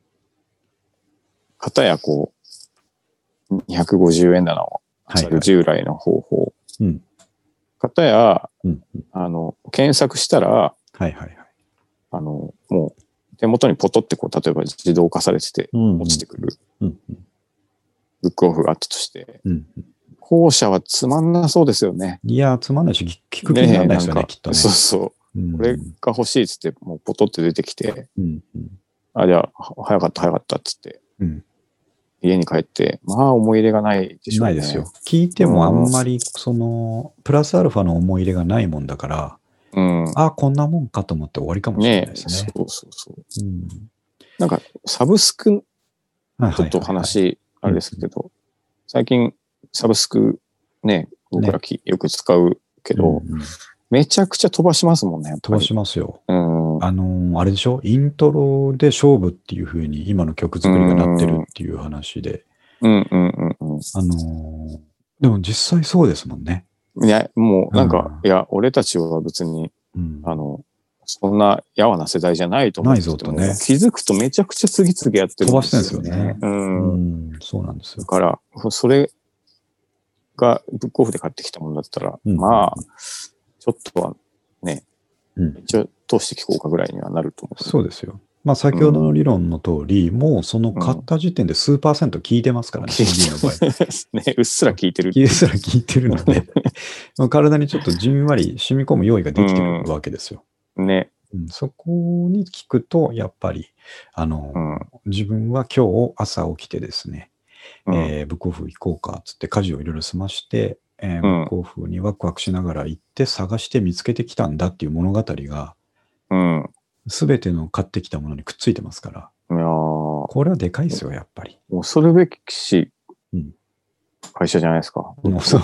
片やこう、にひゃくごじゅうえん棚を漁る従来の方法。はいはい、片や、うんうん、あの、検索したら、 はいはいはい、 あの、もう手元にポトってこう、例えば自動化されてて落ちてくる、うんうん、ブックオフがあったとして、うんうん、後者はつまんなそうですよね。 いや、つまんないし、聞く気にならないですよね、きっとね。 そうそう。うん、これが欲しいっつって、もうポトって出てきて、うんうん、あ、じゃあ、早かった早かったっつって、うん、家に帰って、まあ思い入れがないでしょうね。 ないですよ。聞いてもあんまり、その、プラスアルファの思い入れがないもんだから、うん、あ、こんなもんかと思って終わりかもしれないですね。 ね、そうそうそう。うん、なんか、サブスク、ちょっと話、あれですけど、最近、サブスク、ね、僕らき、ね、よく使うけど、うんうん、めちゃくちゃ飛ばしますもんね。 飛ばしますよ。うん、あのー、あれでしょ、イントロで勝負っていう風に今の曲作りがなってるっていう話で。 うんうんうんうん。 あのー、でも実際そうですもんね。 いや、もうなんか、うん、いや、俺たちは別に、うん、あの、そんなやわな世代じゃないと思うんですけども、ね、気づくとめちゃくちゃ次々やってるんですよね。 飛ばしてるんですよね。うん。うん、そうなんですよ。 だから、それがブックオフで買ってきたものだったら、うん、まあ、ちょっとはね、うん、一応通して聞こうかぐらいにはなると思う。 そうですよ。まあ先ほどの理論の通り、うん、もうその買った時点で数パーセント効いてますからね、 シーディー の場合。ね、うっすら効いてる。 うっすら効いてるので、体にちょっとじんわり染み込む用意ができてるわけですよ。 うん、ね。 うん、そこに聞くと、やっぱり、あの、うん、自分は今日朝起きてですね、うん、えー、ブックオフ行こうか、つって家事をいろいろ済まして、えー、ブックオフにワクワクしながら行って探して見つけてきたんだっていう物語が、すべ、うん、ての買ってきたものにくっついてますから。いやこれはでかいですよ、やっぱり。 恐るべきし、うん、会社じゃないですか。 もうそう。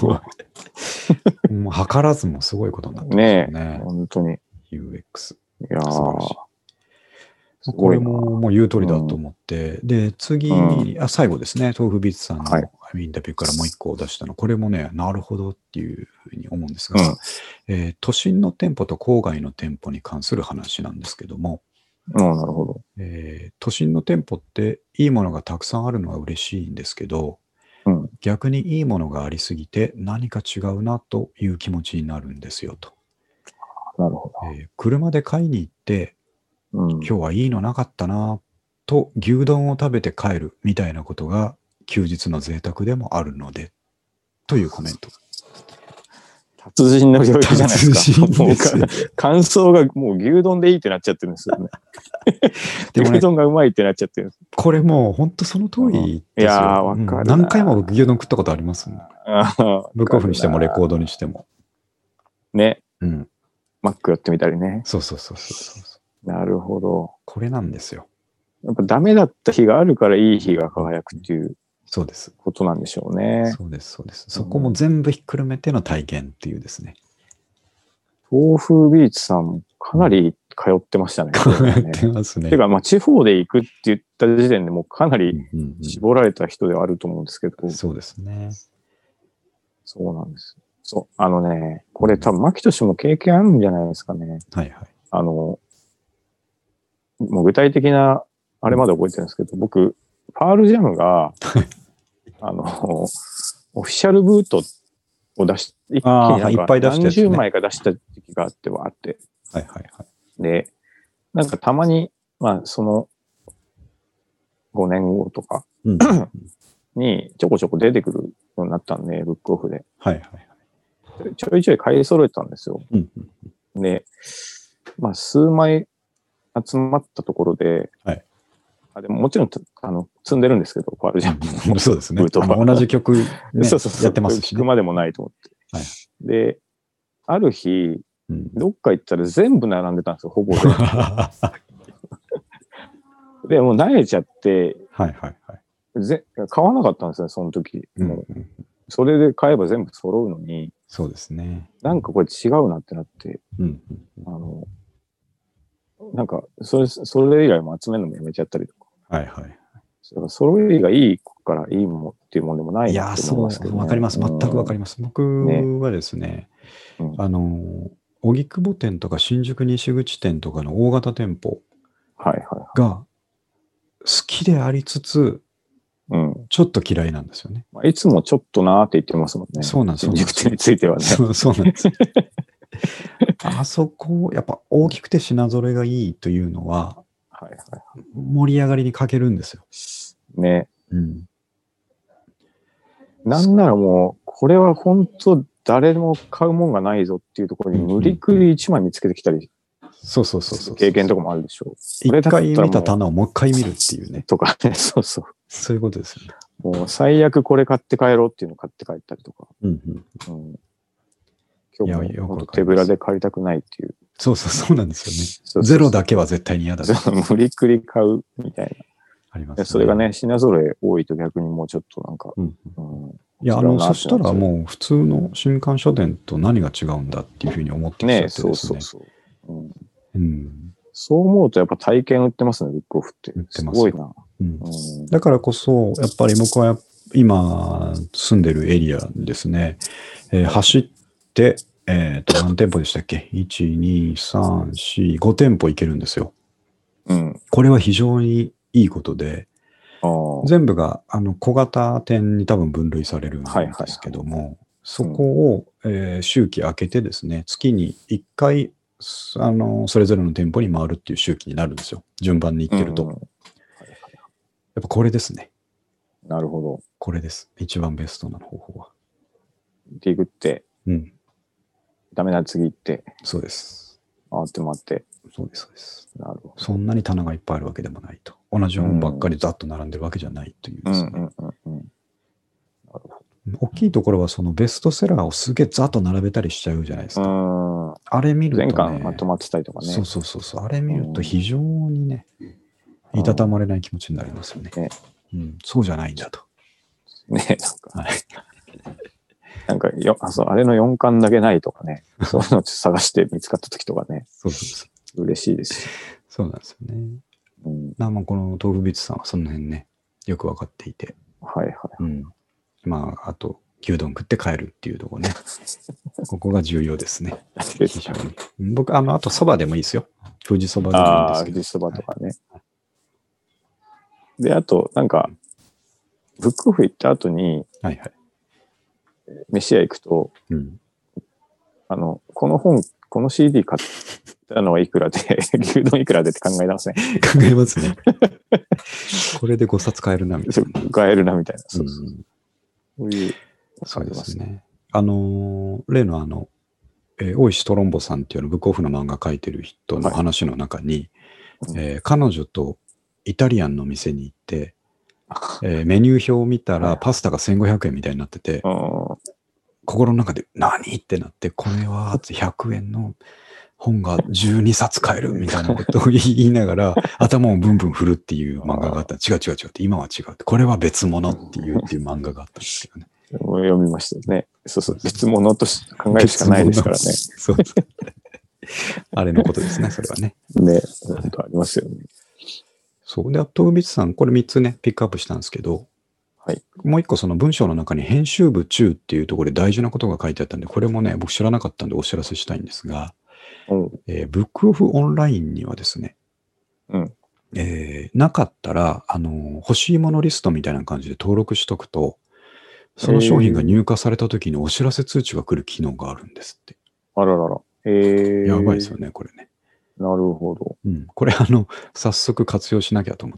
もう図らずもすごいことになってますよね。 ねえ、本当に。 ユーエックス。 いやー。 これももう言う通りだと思って、うん、で、次、うん、あ、最後ですね、豆腐ビーツさんのインタビューからもう一個出したの、これもね、なるほどっていうふうに思うんですが、うんえー、都心の店舗と郊外の店舗に関する話なんですけども、 ああ、なるほど。 えー、都心の店舗っていいものがたくさんあるのは嬉しいんですけど、 うん、 逆にいいものがありすぎて何か違うなという気持ちになるんですよと。 なるほど。 えー、車で買いに行って、 うん、 今日はいいのなかったなと牛丼を食べて帰るみたいなことが休日の贅沢でもあるのでというコメント。 達人の領域じゃないですか。 達人ですもう感想がもう牛丼でいいってなっちゃってるんですよね。でもね、牛丼がうまいってなっちゃってるんです。 これもう本当その通りですよ。 いやー、わかる、 うん。何回も牛丼食ったことありますもん。ブックオフにしてもレコードにしても。 ね。 うん。 マックやってみたりね。 そうそうそうそうそう。 なるほど。 これなんですよ。 やっぱダメだった日があるからいい日が輝くっていう。 そうです。 ことなんでしょうね。 そうです、そうです。そこも全部ひっくるめての体験っていうですね。 豆腐ビーツさん、かなり通ってましたね。 通ってますね。 てか、まあ、地方で行くって言った時点でもうかなり絞られた人ではあると思うんですけど。 うんうんうん、そうですね。 そうなんです。そう。あのね、これ多分、牧俊も経験あるんじゃないですかね。 はいはい。 あの、もう具体的な、あれまで覚えてるんですけど、僕、パールジャムが、あの、オフィシャルブートを出し、一気になんか何十枚か出した時期があってはあって。 はいはいはい。 で、なんかたまに、まあそのごねんごとかにちょこちょこ出てくるようになったんで、ブックオフで。 はいはいはい。ちょいちょい買い揃えたんですよ。 うんうん、 で、まあ数枚集まったところで、 はい、 あでももちろんあの積んでるんですけど、パールジャムも。そうですね。同じ曲、ね、そうそうそうやってますし、ね。 聞くまでもないと思って。 はい、 で、ある日、うん、どっか行ったら全部並んでたんですよ、ほぼ。で、もう慣れちゃって、 はいはいはい。 ぜ買わなかったんですよ、その時。 うんうん、 もうそれで買えば全部揃うのに。 そうですね。 なんかこれ違うなってなって。 うんうんうん、あの、なんか、それ、それ以来も集めるのもやめちゃったりとか。 はいはい。 揃いがいいからいいもんっていうもんでもないなと思いますけど、ね。 いや、そう、わかります。全くわかります。うん、僕はですね、うん、あの、荻窪店とか新宿西口店とかの大型店舗が好きでありつつ、うん、ちょっと嫌いなんですよね。 まあ、いつもちょっとなーって言ってますもんね。 そうなんです。 新宿店についてはね。 そうそうなんです。あそこ、やっぱ大きくて品揃えがいいというのは、はいはい、盛り上がりに欠けるんですよ。 ね。うん。なんならもう、これは本当誰も買うもんがないぞっていうところに無理くり一枚見つけてきたり、 そうそうそうそう。 経験とかもあるでしょう。 一回見た棚をもう一回見るっていうね。 とかね、そうそう。 そういうことですよね。 もう最悪これ買って帰ろうっていうのを買って帰ったりとか。うんうんうん、今日も本当手ぶらで買いたくないっていう。 そうそうそうなんですよね。そうそうそう、ゼロだけは絶対に嫌だ。 無理くり買うみたいな。 ありますね。 それがね、品揃え多いと逆にもうちょっとなんか。うんうん、いや、あの、そしたらもう普通の新刊書店と何が違うんだっていうふうに思ってきちゃってですね。ね、そうそうそう。うんうん、そう思うとやっぱ体験売ってますね、ブックオフって。売ってます。すごいな。 うんうん、だからこそ、やっぱり僕は今住んでるエリアですね、えー、走って、えっと、何店舗でしたっけ ?いち、に、さん、よん、ご店舗行けるんですよ。うん。これは非常にいいことで、全部があの小型店に多分分類されるんですけども、はいはいはい、そこを、うんえー、周期空けてですね、月にいっかい、あの、それぞれの店舗に回るっていう周期になるんですよ。順番に行ってると。うんうんはいはい、やっぱこれですね。 なるほど。 これです。一番ベストな方法は。 ディグって、うん。ダメな次行って。 そうです。 回って回って。 そうです、そうです。なるほど。そんなに棚がいっぱいあるわけでもないと。同じ本ばっかりざっと並んでるわけじゃないというですね。うんうんうんうん、なるほど。大きいところはそのベストセラーをすげえざっと並べたりしちゃうじゃないですか。うんあれ見ると、ね。 全巻まとまってたりとかね。 そうそうそうそう。あれ見ると非常にね、いたたまれない気持ちになりますよね。ねうん、そうじゃないんだと。 ねなんか。はいなんかよあそう、あれのよんかんだけないとかね、そういうの探して見つかったときとかね、そうそうそう嬉しいです。 そうなんですよね。 うん、 まあこの豆腐ビーツさんはその辺ね、よくわかっていて。 はいはい。 うん。まあ、あと、牛丼食って帰るっていうところね。ここが重要ですね。非常に。僕、あの、あと蕎麦でもいいですよ。富士蕎麦でもいいんですけど。 ああ、富士蕎麦とかね。はい、で、あと、なんか、ブックオフ行った後に、 はいはい。 飯屋行くと、うん、あの、この本、この シーディー 買ったのはいくらで、牛丼いくらでって考えますね。 考えますね。これでごさつ買えるな、みたいな。 買えるな、みたいな。そうそう。そういう、 そうですね。あのー、例のあの、えー、大石トロンボさんっていうのブックオフの漫画描いてる人の話の中に、はい、えー、彼女とイタリアンの店に行って、えー、メニュー表を見たらパスタがせんごひゃくえんみたいになってて、はい、心の中で何ってなって、これはひゃくえんの本がじゅうにさつ買えるみたいなことを言いながら頭をブンブン振るっていう漫画があった。違う違う違うって、今は違うって、これは別物っていうっていう漫画があったんですけどね。 読みましたね。そうそう、別物とし考えるしかないですからね。そうあれのことですね、それはね。 ね、本当ありますよね。 そう。で、あと、ビツさん、これみっつね、ピックアップしたんですけど、はい、もう一個その文章の中に編集部中っていうところで大事なことが書いてあったんで、これもね、僕知らなかったんでお知らせしたいんですが、うんえー、ブックオフオンラインにはですね、うんえー、なかったら、あのー、欲しいものリストみたいな感じで登録しとくと、その商品が入荷された時にお知らせ通知が来る機能があるんですって。 あららら。えー、 やばいですよね、これね。 なるほど。 うん。これ、あの、早速活用しなきゃと思って。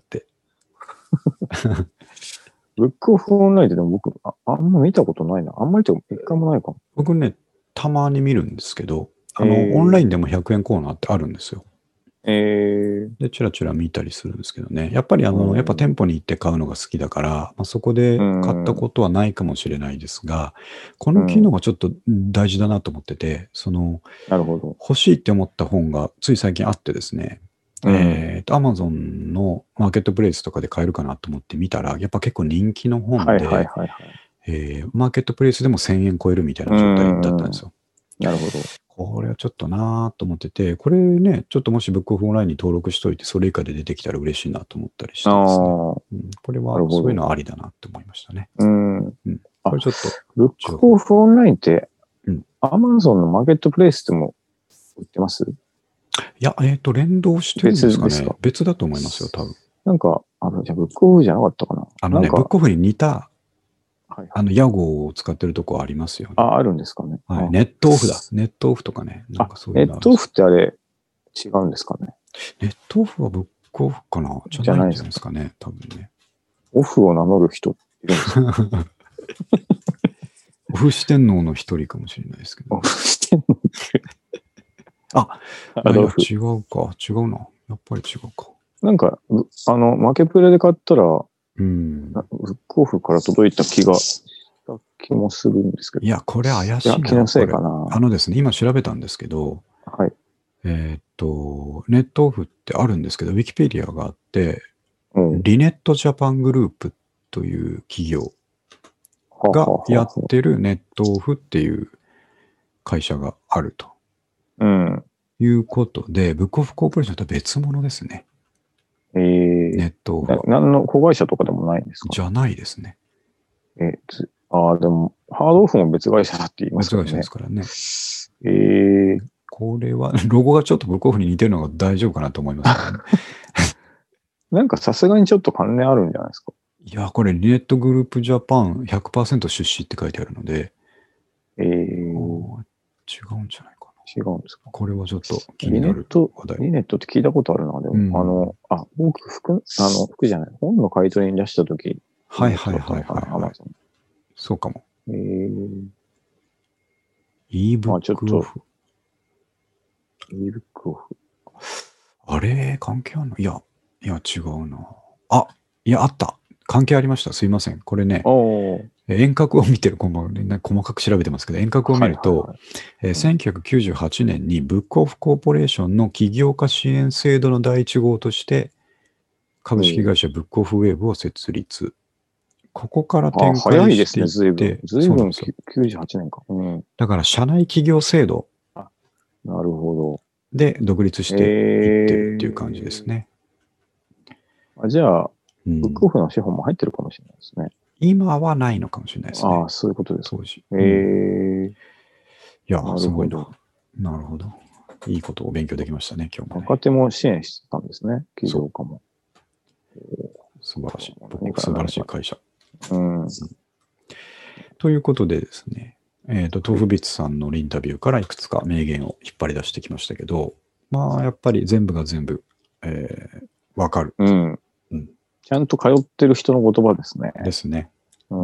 ブックオフオンラインってでも僕あ、あんま見たことないな。あんまりと一回もないかも。 僕ね、たまに見るんですけど、あの、えー、オンラインでもひゃくえんコーナーってあるんですよ。えー、で、チラチラ見たりするんですけどね。やっぱりあの、うん、やっぱ店舗に行って買うのが好きだから、まあ、そこで買ったことはないかもしれないですが、この機能がちょっと大事だなと思ってて、その、 なるほど。 欲しいって思った本がつい最近あってですね、うん、えっと、Amazon のマーケットプレイスとかで買えるかなと思って見たら、やっぱ結構人気の本で、マーケットプレイスでもせんえん超えるみたいな状態だったんですよ。 なるほど。 これはちょっとなぁと思ってて、これね、ちょっともしブックオフオンラインに登録しといて、それ以下で出てきたら嬉しいなと思ったりしてですね。うん、これはそういうのありだなって思いましたね。うん。うん、これちょっと。 ブックオフオンラインって、うん、Amazon のマーケットプレイスでも売ってます？ いや、えっと、連動してるんですかね。別ですか？別だと思いますよ、多分。 なんか、あの、じゃあブックオフじゃなかったかな。 あのね、ブックオフに似た、はい、あの、屋号を使ってるとこありますよね。 あ、あるんですかね。 はい。ネットオフだ。ネットオフとかね。なんかそういうのネットオフってあれ、違うんですかね。 ネットオフはブックオフかなじゃないんじゃないですかね。多分ね。 オフを名乗る人いるんですか？ オフ四天王の一人かもしれないですけど、ね。 オフ四天王ってあ、あいや違うか。違うな。やっぱり違うか。 なんか、あの、マーケプレで買ったら、うん、ブックオフから届いた気がした気もするんですけど。 いや、これ怪しいな。 気のせいかな。 あのですね、今調べたんですけど、 はい。 えー、っと、ネットオフってあるんですけど、ウィキペディアがあって、うん、リネットジャパングループという企業がやってるネットオフっていう会社があると。うん。いうことで、ブックオフコーポレーションとは別物ですね。 えー、 ネットオフは。 何の子会社とかでもないんですか？ じゃないですね。 えー、ああ、でも、ハードオフも別会社だって言いますからね。 別会社ですからね。 えー、 これは、ロゴがちょっとブックオフに似てるのが大丈夫かなと思いますけどね。 なんかさすがにちょっと関連あるんじゃないですか？ いや、これ、リネットグループジャパン ひゃくパーセント 出資って書いてあるので、 えー、違うんじゃないかな。 違うんですか？ これはちょっと気になる話題。 リネットって聞いたことあるな。でも、うん、あの、あ、僕、服、あの、服じゃない、本の買い取りに出したとき。 はいはいはいはい、はい。そうかも。 えー、 e ブックオフ。 e ブックオフ。 あれ関係あるの？いや、いや違うな。あ、いや、あった。関係ありました。すいません。これね、遠隔を見てる、細かく調べてますけど、遠隔を見ると、せんきゅうひゃくきゅうじゅうはちねんにブックオフコーポレーションの起業家支援制度の第一号として、株式会社ブックオフウェーブを設立。ここから展開していって、 早いですね、ずいぶん。ずいぶんきゅうじゅうはちねんか。うん、 だから、社内企業制度。 あ、なるほど。 で、独立していってるっていう感じですね。 あじゃあ、うん、ブックオフの資本も入ってるかもしれないですね。 今はないのかもしれないですね。 ああ、そういうことです当時。 へえー。いや、すごいな。なるほど。いいことを勉強できましたね、今日も、ね。 若手も支援してたんですね、起業家も。 素晴らしい。素晴らしい会社。 うん。 ということでですね、えっ、ー、と、豆腐ビッツさんのインタビューからいくつか名言を引っ張り出してきましたけど、まあ、やっぱり全部が全部、えー、わかる。 うん。うん。ちゃんと通ってる人の言葉ですね。 ですね。うん。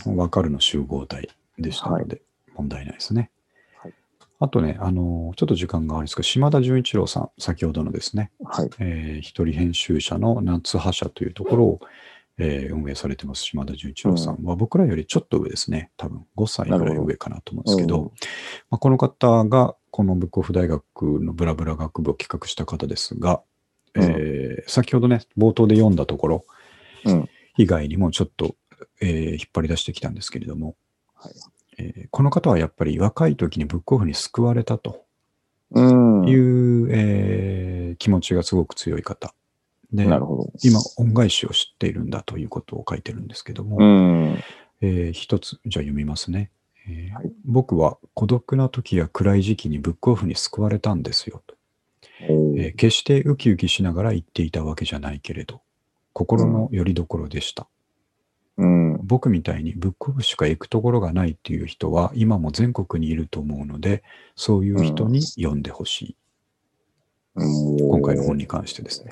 わかるの集合体でしたので、問題ないですね。はい、あとね、あのー、ちょっと時間があるんですけど、島田純一郎さん、先ほどのですね、はい、えー、一人編集者の夏葉社というところを、えー、運営されてます島田純一郎さんは、うん、僕らよりちょっと上ですね。多分ごさいぐらい上かなと思うんですけど、うん、まあ、この方がこのブックオフ大学のブラブラ学部を企画した方ですが、うん、えー、先ほどね、冒頭で読んだところ、うん、以外にもちょっと、えー、引っ張り出してきたんですけれども、はい、えー、この方はやっぱり若い時にブックオフに救われたという、うん、えー、気持ちがすごく強い方。で、なるほど。今、恩返しを知っているんだということを書いてるんですけども、うんえー、一つ、じゃあ読みますね、えーはい。僕は孤独な時や暗い時期にブックオフに救われたんですよと、えー。決してウキウキしながら言っていたわけじゃないけれど、心の拠り所でした。うん、僕みたいにブックオフしか行くところがないっていう人は今も全国にいると思うので、そういう人に読んでほしい。うん、今回の本に関してですね。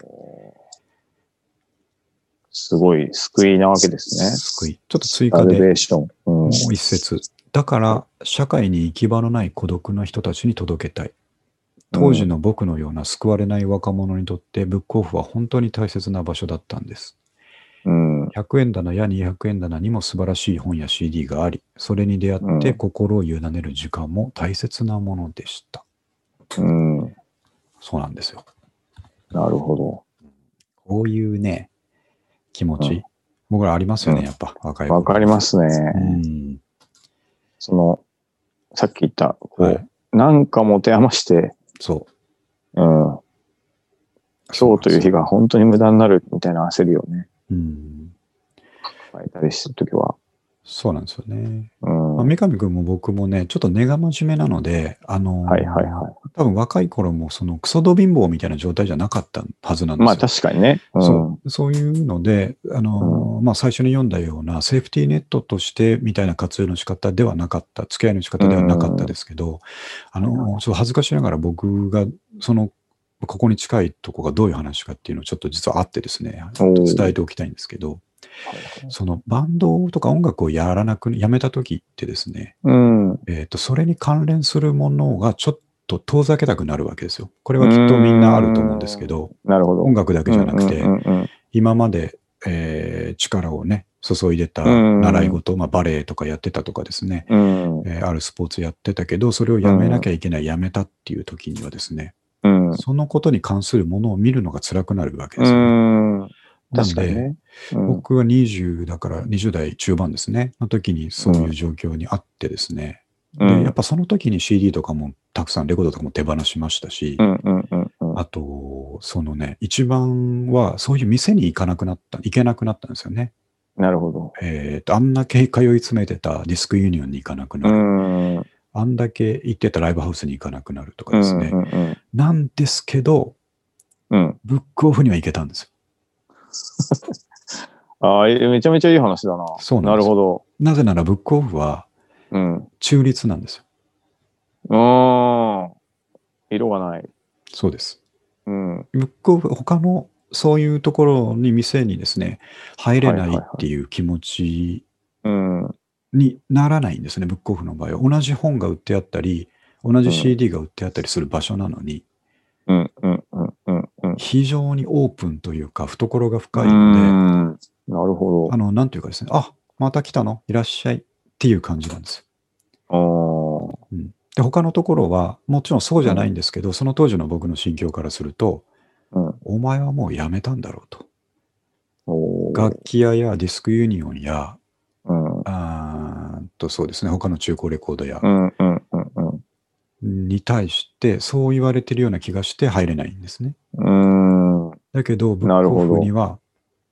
すごい救いなわけですね。 救い。ちょっと追加で、うん、もう一節。だから、社会に行き場のない孤独な人たちに届けたい。当時の僕のような救われない若者にとって、ブックオフは本当に大切な場所だったんです。うん、ひゃくえん棚やにひゃくえん棚にも素晴らしい本や シーディー があり、それに出会って心を委ねる時間も大切なものでした。うん、そうなんですよ。 なるほど。 こういうね、気持ち、うん、僕らありますよね、やっぱ、若い子。わかりますね。うん、その、さっき言った、こう、はい、なんか持て余して、 そう。 うん。今日という日が本当に無駄になるみたいな焦りをね。うん。抱えたりしてるときは。 そうなんですよね。うん。まあ、三上君も僕もね、ちょっと根が真面目なので、あのー、はいはいはい。多分若い頃もそのクソド貧乏みたいな状態じゃなかったはずなんですよ。 まあ確かにね。 うん、そう。そういうので、あのー、うん、まあ最初に読んだようなセーフティーネットとしてみたいな活用の仕方ではなかった、付き合いの仕方ではなかったですけど、うん、あのー、ちょっと恥ずかしながら僕がその、ここに近いとこがどういう話かっていうのをちょっと実はあってですね、伝えておきたいんですけど、そのバンドとか音楽をやらなく、やめた時ってですね、うん、えっと、それに関連するものがちょっと遠ざけたくなるわけですよ。これはきっとみんなあると思うんですけど、なるほど。音楽だけじゃなくて、うんうんうんうん、今まで、えー、力をね、注いでた習い事、まあ、バレエとかやってたとかですね、うんえー、あるスポーツやってたけど、それをやめなきゃいけない、うん、やめたっていう時にはですね、うん、そのことに関するものを見るのが辛くなるわけですよね。うんなんで、ねうん、僕はにじゅうだからにじゅう代中盤ですね、の時にそういう状況にあってですね、うん、で、やっぱその時に シーディー とかもたくさんレコードとかも手放しましたし、うんうんうんうん、あと、そのね、一番はそういう店に行かなくなった、行けなくなったんですよね。 なるほど。 えっと、あんだけ通い詰めてたディスクユニオンに行かなくなる。うんあんだけ行ってたライブハウスに行かなくなるとかですね。うんうんうん、なんですけど、うん、ブックオフには行けたんですよ。 ああ、めちゃめちゃいい話だな。そうなんです。なるほど。 なぜならブックオフは、中立なんですよ。 うん。色がない。 そうです。うん。ブックオフ、他のそういうところに、店にですね、入れないっていう気持ちにならないんですね、ブックオフの場合は。同じ本が売ってあったり、同じ シーディー が売ってあったりする場所なのに、うんうんうんうんうん、非常にオープンというか、懐が深いので、 なるほど。 あの、なんていうかですね、あ、また来たのいらっしゃいっていう感じなんですよ。うん、で、他のところは、もちろんそうじゃないんですけど、うん、その当時の僕の心境からすると、うん、お前はもうやめたんだろうと。楽器屋やディスクユニオンや、うん、あとそうですね、他の中古レコードや、うんうんうんうん、に対してそう言われてるような気がして入れないんですね。うんだけど、ブックオフには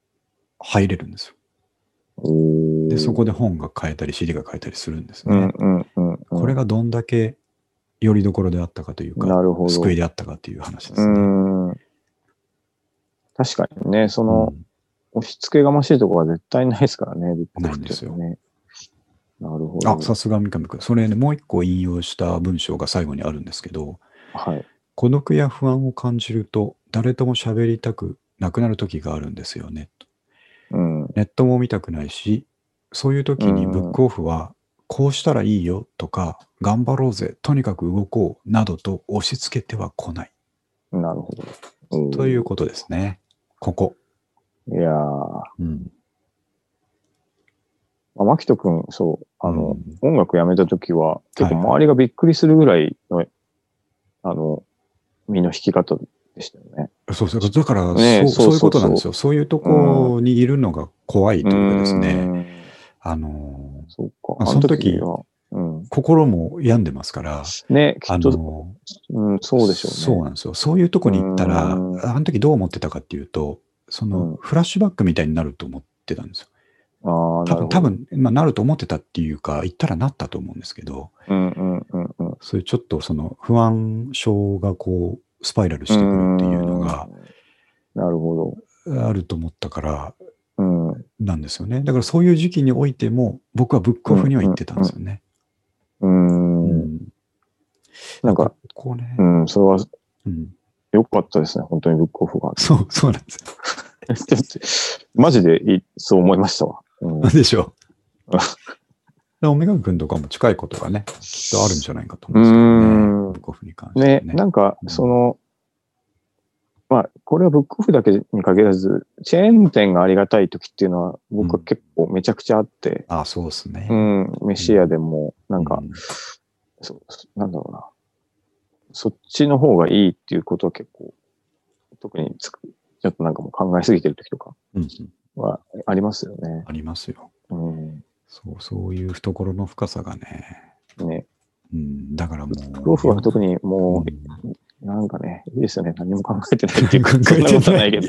入れるんですよ。で、そこで本が買えたり シーディー が買えたりするんですね。 うんうんうんうん、 これがどんだけよりどころであったかというか、救いであったかという話ですね。 うん確かにね、その、うん、押し付けがましいところは絶対ないですからね、ブックオフっていうのはね。なるほど。 あ、さすが三上君。それね、もう一個引用した文章が最後にあるんですけど、 はい。 孤独や不安を感じると、誰とも喋りたくなくなる時があるんですよね。 うん、 ネットも見たくないし、そういう時にブックオフは、こうしたらいいよとか、頑張ろうぜ、とにかく動こうなどと押し付けては来ない。 なるほど。 ということですね。ここ。 いやー。うんまあ、牧人くん、そう、あの、うん、音楽やめたときは、結構周りがびっくりするぐらいの、はい、あの、身の引き方でしたよね。 そうそう、だから、ね、そう、そういうことなんですよ。そういうとこにいるのが怖いというかですね。あの、 そうか。 その時は、うん、心も病んでますから、 ね、きっと、あの、うん、そうでしょうね。 そうなんですよ。そういうとこに行ったら、あの時どう思ってたかっていうと、その、フラッシュバックみたいになると思ってたんですよ。 ああ、 多分、多分、まあ、なると思ってたっていうか、行ったらなったと思うんですけど、 うんうんうんうん、 そういうちょっとその不安症がこう、スパイラルしてくるっていうのが、 なるほど。あると思ったから、うん、なんですよね。だからそういう時期においても、僕はブックオフには行ってたんですよね。 うん。うん、なんか、こうね。うん、それは、うん、よかったですね、本当にブックオフが。 そう、そうなんですよ。マジでいそう思いましたわ。 うん、でしょう。オメガ君とかも近いことがね、きっとあるんじゃないかと思うんですけどね。ブックオフに関してね。 ね、なんか、その、うん、まあ、これはブックオフだけに限らず、チェーン店がありがたい時っていうのは、僕は結構めちゃくちゃあって。 うん、あ、そうですね。 うん、飯屋でも、なんか、うん、そう、なんだろうな。そっちの方がいいっていうことは結構、特につく、ちょっとなんかもう考えすぎてる時とかはありますよね。うんうん、 ありますよ。うん、そう、そういう懐の深さがね。ね。うん、だからもう。 ブックオフは特にもう、うん、なんかね、いいですよね。何も考えてないっていうか、そんなことはないけど。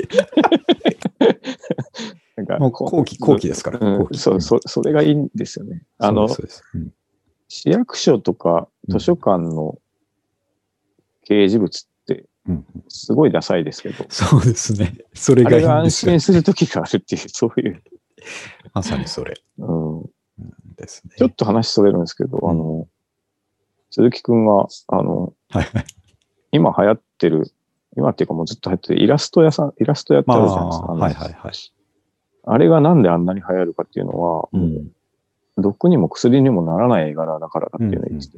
なんかもう後期、後期ですから。 うん、そう、そ、それがいいんですよね。あの、そうです、うん、市役所とか図書館の掲示物って、すごいダサいですけど。 うん、そうですね。それがいいんですよ。 あれが安心する時があるっていう、そういう。 まさにそれ。 うん。ですね。ちょっと話それるんですけど、うん、あの、鈴木くんが、あの、はいはい、今流行ってる、今っていうかもうずっと流行ってるイラスト屋さん、イラストやってあるじゃないですか。 はいはいはい。 あれがなんであんなに流行るかっていうのは、うん、毒にも薬にもならない絵柄だからだっていうのを言ってて、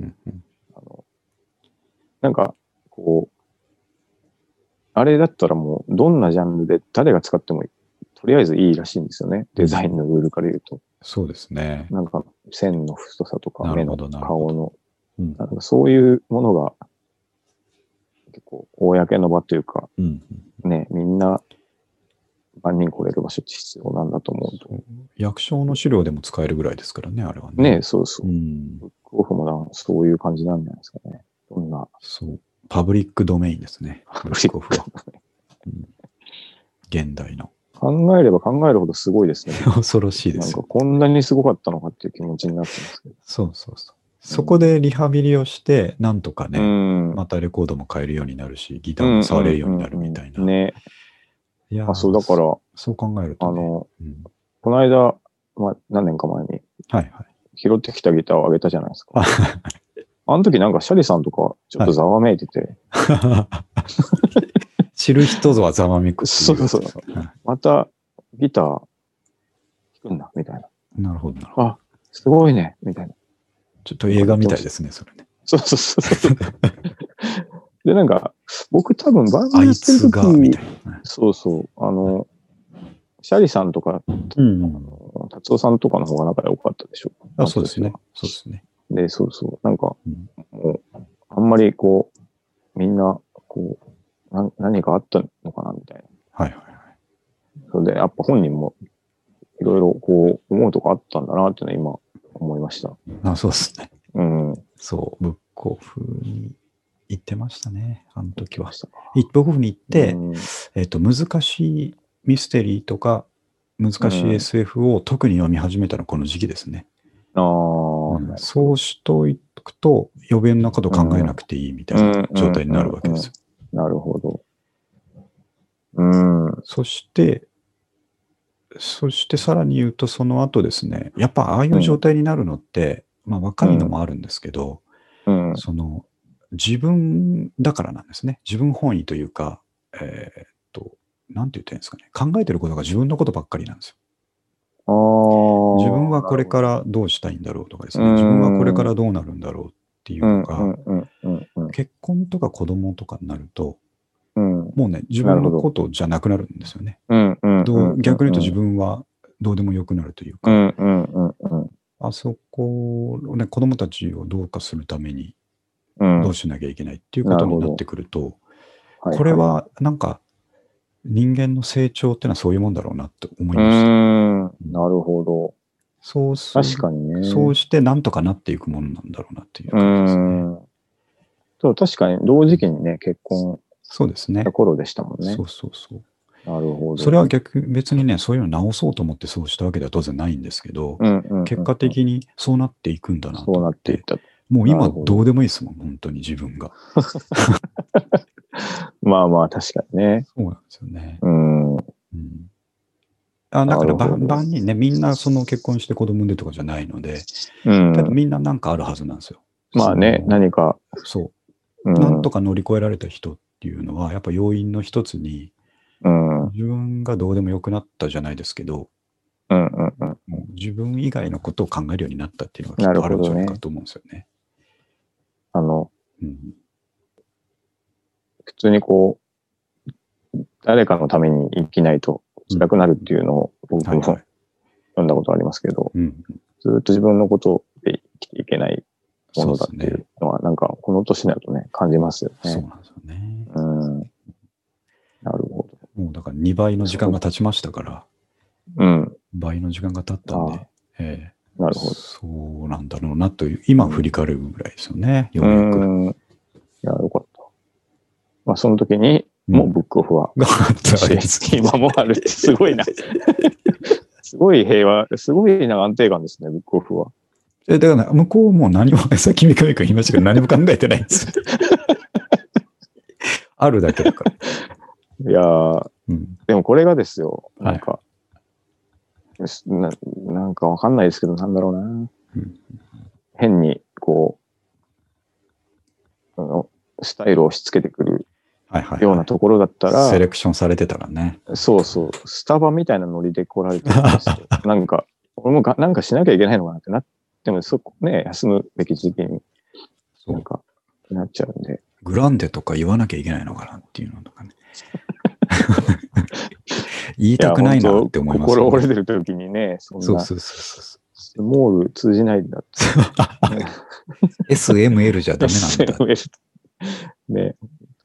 なんか、こう、あれだったらもうどんなジャンルで誰が使ってもとりあえずいいらしいんですよね。デザインのルールから言うと。うん、 そうですね。 なんか線の太さとか目の顔の、うん、なんかそういうものが結構公の場というか、うん、ね、みんな万人来れる場所って必要なんだと思うと。 役所の資料でも使えるぐらいですからね、あれはね。 ね、そうそう。うん、ブックオフもそういう感じなんじゃないですかね。どんな。 そう。パブリックドメインですね。ブックオフは。うん、現代の。 考えれば考えるほどすごいですね。 恐ろしいですよ。 なんかこんなにすごかったのかっていう気持ちになってますけど。 そうそうそう。そこでリハビリをして、なんとかね、うん、またレコードも買えるようになるし、ギターも触れるようになるみたいな。 ね。いや、あ、そう、だから、 そう考えると、ね、 あの、うん、この間、まあ、何年か前に、はいはい。拾ってきたギターをあげたじゃないですか。あの時なんかシャリさんとかちょっとざわめいてて。 はい、知る人ぞはざわめくっていう。 そうそう。またギター弾くんだ、みたいな。 なるほどなるほど。 あ、すごいね、みたいな。 ちょっと映画みたいですね、それね。 そうそうそうそう。で、なんか、僕多分バンドやってる時、そうそう、あの、シャリさんとか、うん、達夫さんとかの方が仲良かったでしょ。 あ、そうですね。そうですね。 で、そうそう、なんか、うん、もう、あんまりこう、みんな、こう、な何かあったのかな、みたいな。 はいはいはい。 それで、やっぱ本人も、いろいろこう、思うとこあったんだな、っていうのは今、思いました。 あ、そうですね。 うん。 そう、ブックオフに行ってましたね、あの時は。ブックオフに行って、うん、えっと、難しいミステリーとか、 難しい エスエフ を特に読み始めたのはこの時期ですね。 ああ、 うん、そうしといくと余分なこと考えなくていいみたいな状態になるわけですよ。 なるほど。うん。 そして、そしてさらに言うとその後ですね、やっぱああいう状態になるのって、うん、まあ若いのもあるんですけど、うん、その自分だからなんですね。自分本位というか、えー、っと、なんて言ったらいいんですかね。考えてることが自分のことばっかりなんですよ。自分はこれからどうしたいんだろうとかですね、自分はこれからどうなるんだろうっていうのが、結婚とか子供とかになると、うん、もうね、自分のことじゃなくなるんですよね。逆に言うと自分はどうでもよくなるというか、あそこをね、子供たちをどうかするために、どうしなきゃいけないっていうことになってくると、うん、これはなんか人間の成長ってのはそういうもんだろうなって思いました。 うん、なるほど。 そうす確かにね。そうしてなんとかなっていくものなんだろうなっていう感じですね。うんそう確かに同時期にね、結婚そうですね。 した頃でしたもんね。 そうそうそう。 なるほど。 それは逆、別にね、そういうのを直そうと思ってそうしたわけでは当然ないんですけど、うんうんうんうん、結果的にそうなっていくんだなと思って。そうなっていった。もう今どうでもいいですもん、本当に自分が。 まあまあ、確かにね。 そうなんですよね。うん。うん、あだから万人ね、みんなその結婚して子供産んでとかじゃないので、うん、ただみんななんかあるはずなんですよ。 まあね、何か。 そう、うん。なんとか乗り越えられた人っていうのは、やっぱ要因の一つに、うん、自分がどうでもよくなったじゃないですけど、うんうんうん、もう自分以外のことを考えるようになったっていうのがきっとあるんじゃないかと思うんですよね。ねあの、うん、普通にこう、誰かのために生きないと辛くなるっていうのを僕も読んだことありますけど、うん、ずっと自分のことで生きていけないものだっていうのは、なんかこの年になるとね、感じますよね。 そうなんですよね。 うん。なるほど。 もうだからにばいの時間が経ちましたから、うん。倍の時間が経ったんで、えー、なるほど。そうなんだろうなという、今振り返るぐらいですよね、ようやく。 うん。いや、よかった。まあ、その時に、もうブックオフは、うん、今もあるって、すごいな。すごい平和、すごいな安定感ですね、ブックオフは。 え、だから、ね、向こうも何も、さっき三上君言いましたけど、何も考えてないんですよ。あるだけだから。 いやー、うん、でもこれがですよ、なんか、はい、な, なんかわかんないですけど、なんだろうな。うん、変に、こう、あのスタイルを押し付けてくるようなところだったら、はいはいはい、 セレクションされてたらね。 そうそう、スタバみたいなノリで来られてるんですよ。なんか、俺もがなんかしなきゃいけないのかなってなっても、そこね、休むべき時期に、なんか、なっちゃうんで。 グランデとか言わなきゃいけないのかなっていうのとかね。言いたくないなって思います、ね。 心折れてる時にね、そんな。そうそうそうそう。モール通じないんだって。 エスエムエル じゃダメなんだ。エスエムエルね。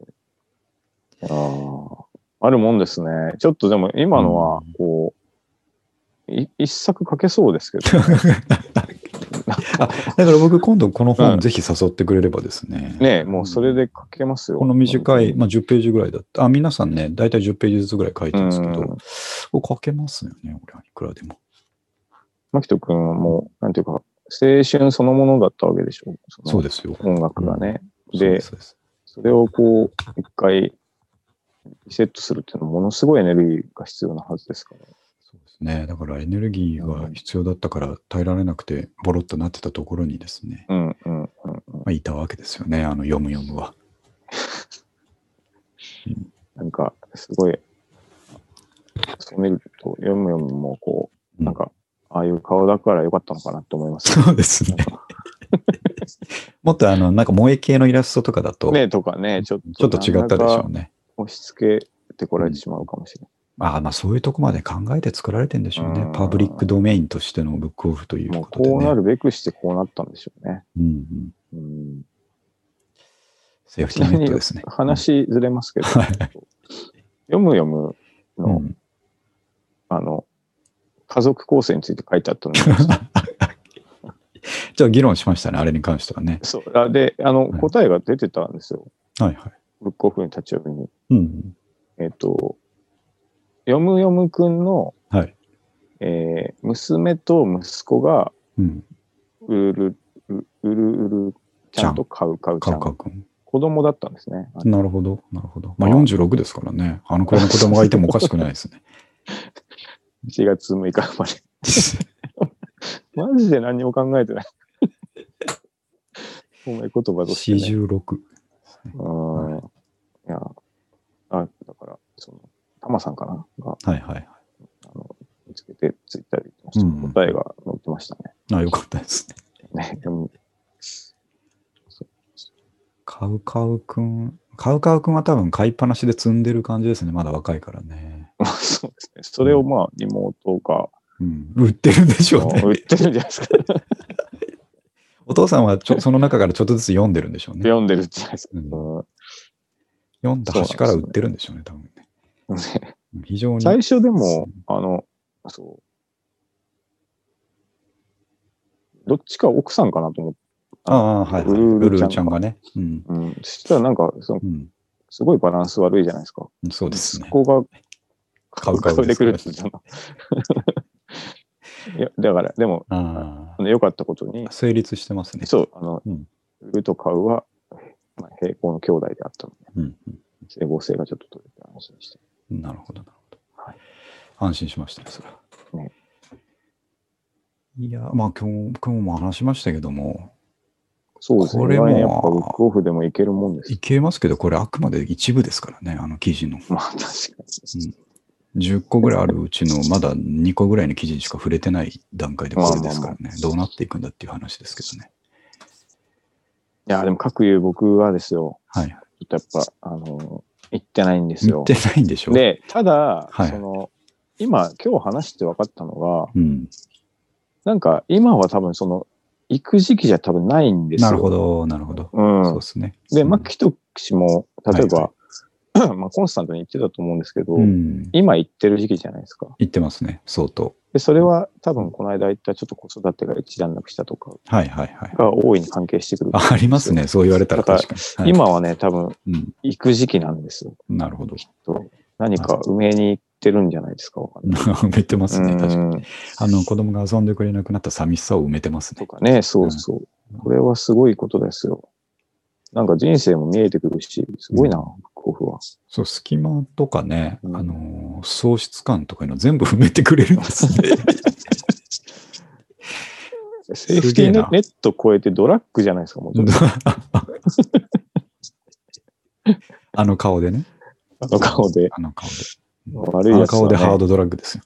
ああ、あるもんですね。ちょっとでも今のは、こう、うん、一作書けそうですけど、ね。 あだから僕今度この本ぜひ誘ってくれればですね。 うん、ねもうそれで書けますよ。 この短い、まあ、じゅっページぐらいだった。あ、皆さんね、だいたいじゅっページずつぐらい書いてるんですけど、書けますよね、俺はいくらでも。 牧人君はもう、なんていうか、青春そのものだったわけでしょ。 そ, そうですよ。 音楽がね。うん、で、そ, それをこう、一回リセットするっていうのはものすごいエネルギーが必要なはずですから。 そうですね。だからエネルギーが必要だったから耐えられなくてボロッとなってたところにですね、うんうんうんうんまあ、いたわけですよね、あの読む読むは。 なんかすごい、そう見ると読む読むもこう、うん、なんかああいう顔だからよかったのかなと思います、 ね。そうですね。もっとあの、なんか萌え系のイラストとかだと、 ねとかね、ちょっと、 ちょっと違ったでしょうね。 押し付けてこられてしまうかもしれない。 うん、ああ、まあそういうとこまで考えて作られてるんでしょうね。パブリックドメインとしてのブックオフということで、ね。 もうこうなるべくしてこうなったんでしょうね。うんうんうん、 セーフティーネットですね。 話ずれますけど、はい、読む読むの、うん、あの、家族構成について書いてあったのじゃあ議論しましたね、あれに関してはね。 そう。で、あの、はい、答えが出てたんですよ。 はいはい。 ブックオフに立ち読みに。うん、えっと、読む読むくんの、はい、 娘と息子が、 うん、 うるる、うるうるちゃんとカウカウちゃん。カウカウ君。子供だったんですね。 なるほど、なるほど。まあよんじゅうろくですからね。あのくらいの子供がいてもおかしくないですね。 しがつむいか生まれ。マジで何も考えてない。褒め言葉として、ね。 よんじゅうろく。 うん。いや、あ、だから、その、タマさんかなが、 はいはいはい。 あの見つけて、ツイッターで言ってました。うん、答えが載ってましたね。 あ、よかったですね。 ね、でもカウカウくん、カウカウくんは多分買いっぱなしで積んでる感じですね。まだ若いからね。 そうですね。それをまあ、妹が、 うん、売ってるんでしょうね。 売ってるんじゃないですか。 お父さんはちょその中からちょっとずつ読んでるんでしょうね。 読んでるじゃないですか。うん、 読んだ端から売ってるんでしょうね、多分ね。 ね非常に。 最初でも、あの、そう。どっちか奥さんかなと思って。 ああ、はい、はい。ウルーちゃんがね。 うん。うん。そしたらなんか、その、うん、すごいバランス悪いじゃないですか。 そうですね。 そこが、買う買うでくるって言ったの。いや、だから、でも、あ良かったことに。 成立してますね。 そう、あの、うん、ウルと買うは、まあ、平行の兄弟であったので、うんうん、整合性がちょっと取れて安心して。 なるほど、なるほど。はい、安心しましたね、それは。ね、いや、まあ今日、今日も話しましたけども、 そうですね。これもやっぱブックオフでもいけるもんです。 いけますけど、これあくまで一部ですからね、あの記事の。 まあ確かに、 うん。じゅっこぐらいあるうちのまだにこぐらいの記事にしか触れてない段階でこれですからね。まあまあまあどうなっていくんだっていう話ですけどね。 いや、でも各言う僕はですよ。 はい。 ちょっとやっぱ、あの、行ってないんですよ。 行ってないんでしょ。 で、ただ、はい、その、今、今日話して分かったのが、うん、なんか今は多分その、行く時期じゃ多分ないんですよ。 なるほど、なるほど。 うん。 そうですね。 で、マキト氏も、例えば、はいはい、まあコンスタントに言ってたと思うんですけど、うん、今行ってる時期じゃないですか。 行ってますね、相当。 で、それは多分この間言ったちょっと子育てが一段落したとか、 はいはいはい。 が大いに関係してくる。 ありますね、そう言われたら確かに。 はい、今はね、多分、行く時期なんですよ。 なるほど。 きっと何か埋めに行ってるんじゃないですか。 埋めてますね、確かに。あの、子供が遊んでくれなくなった寂しさを埋めてますね。 とかね、そうそう。うん、これはすごいことですよ。なんか人生も見えてくるし、すごいな、ブックオフは。 そう、隙間とかね、うん、あの、喪失感とかいうの全部埋めてくれるんですね。 セーフティーネット超えてドラッグじゃないですか、もうちょっと。あの顔でね。 あの顔で。 あの顔で。 悪いやつ、ね。 あの顔でハードドラッグですよ。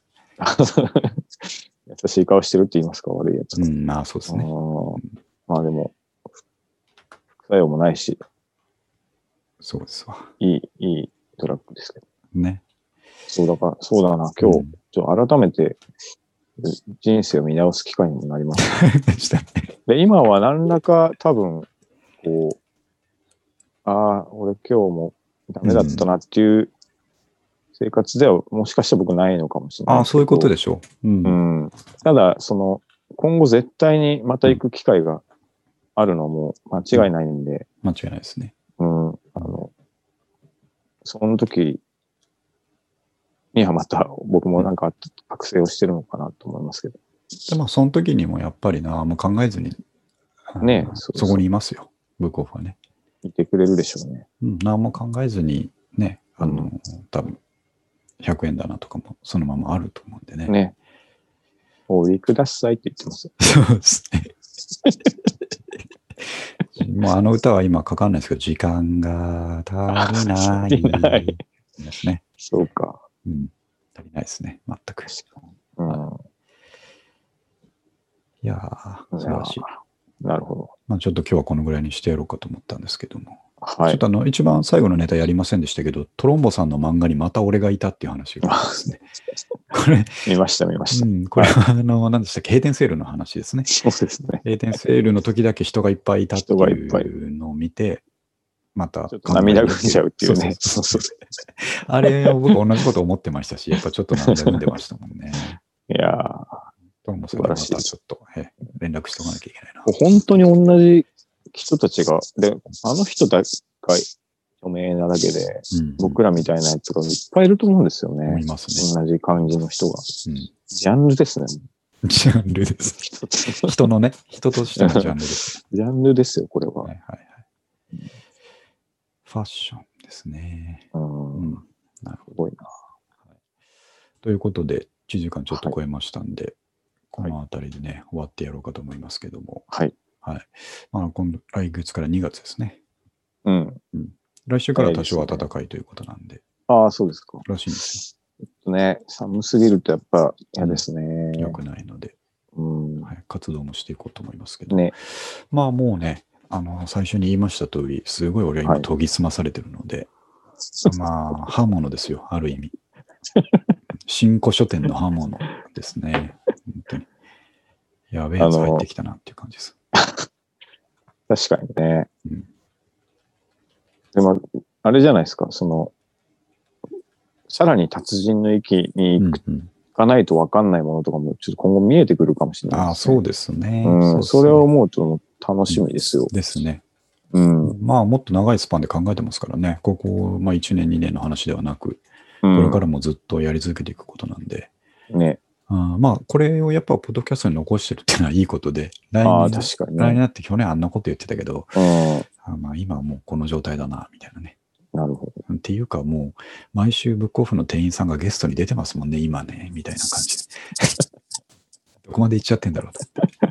優しい顔してるって言いますか、悪いやつ。 うん、まあそうですね。 あまあでも、副作用もないし。 そうですわ。 いい、いいドラッグですけど。 ね。 そうだから、そうだな、今日、うん、ちょ改めて人生を見直す機会にもなりました。で、今は何らか多分、こう、ああ、俺今日もダメだったなっていう生活では、もしかして僕ないのかもしれない。 ああ、そういうことでしょう。うん。うん、ただ、その、今後絶対にまた行く機会があるのも間違いないんで。 うん、間違いないですね。 うん。あの、その時にはまた僕もなんか覚醒をしてるのかなと思いますけど。 で、まあ、その時にもやっぱりな、もう考えずに、 ね、 そ, そこにいますよ、ブックオフはね。 いてくれるでしょうね。 うん、何も考えずにね、あの、うん、多分、ひゃくえん棚とかもそのままあると思うんでね。 ね。お売りくださいって言ってます。 そうですね。もうあの歌は今かかんないですけど、時間が足りない。ですね。 そうか。 うん。足りないですね。全く。 うん、 いやー、素晴らしい。 なるほど。 まあちょっと今日はこのぐらいにしてやろうかと思ったんですけども。 はい。 ちょっとあの、一番最後のネタやりませんでしたけど、トロンボさんの漫画にまた俺がいたっていう話がありますね。これ。 見ました、見ました。 うん、これは、あの、何でしたっけ、閉店セールの話ですね。 そうですね。 閉店セールの時だけ人がいっぱいいたっていうのを見て、また。 ちょっと涙ぐんじゃうっていうね。 そうそうそう。あれを僕同じこと思ってましたし、やっぱちょっと涙ぐんでましたもんね。 いやー。 トロンボさんにまたちょっと連絡しておかなきゃいけないな。 本当に同じ人たちが、で、あの人だけが著名なだけで、うん、僕らみたいなやつがいっぱいいると思うんですよね。 いますね。 同じ感じの人が。うん、ジャンルですね。 ジャンルです。人のね、人としてのジャンルです。 ジャンルですよ、これは。 はいはいはい。ファッションですね。 うん。うん、なるほど。すごいな。 はい、ということで、いちじかんちょっと超えましたんで、はい、このあたりでね、終わってやろうかと思いますけども。 はい。 はい。まあ、今度、来月からにがつですね。 うん。 うん、来週から多少暖かいということなんで。 ああ、そうですか。 らしいんですよ。ちょっとね、寒すぎるとやっぱ嫌ですね。 うん、よくないので、 うんはい、活動もしていこうと思いますけど。ね、まあもうね、あの、最初に言いました通り、すごい俺は今研ぎ澄まされてるので、はい、まあ、刃物ですよ、ある意味。新古書店の刃物ですね。本当に。やべえやつ入ってきたなっていう感じです。 確かにね。うん、でも、あれじゃないですか、その、さらに達人の域に行く、うんうん、行かないと分かんないものとかも、ちょっと今後見えてくるかもしれないですね。 ああ、そうですね。 うん、 そうですね。 それを思うと楽しみですよ。うん、 ですね。 うん。 まあ、もっと長いスパンで考えてますからね。ここ、まあ、いちねん、にねんの話ではなく、これからもずっとやり続けていくことなんで。 うん、ね。 あまあ、これをやっぱ、ポッドキャストに残してるっていうのはいいことで、来年、 あ確かにね、 来年になって去年あんなこと言ってたけど、 うん、 あまあ、今はもうこの状態だな、みたいなね。 なるほど。 っていうか、もう、毎週ブックオフの店員さんがゲストに出てますもんね、今ね、みたいな感じで。どこまで行っちゃってんだろうと。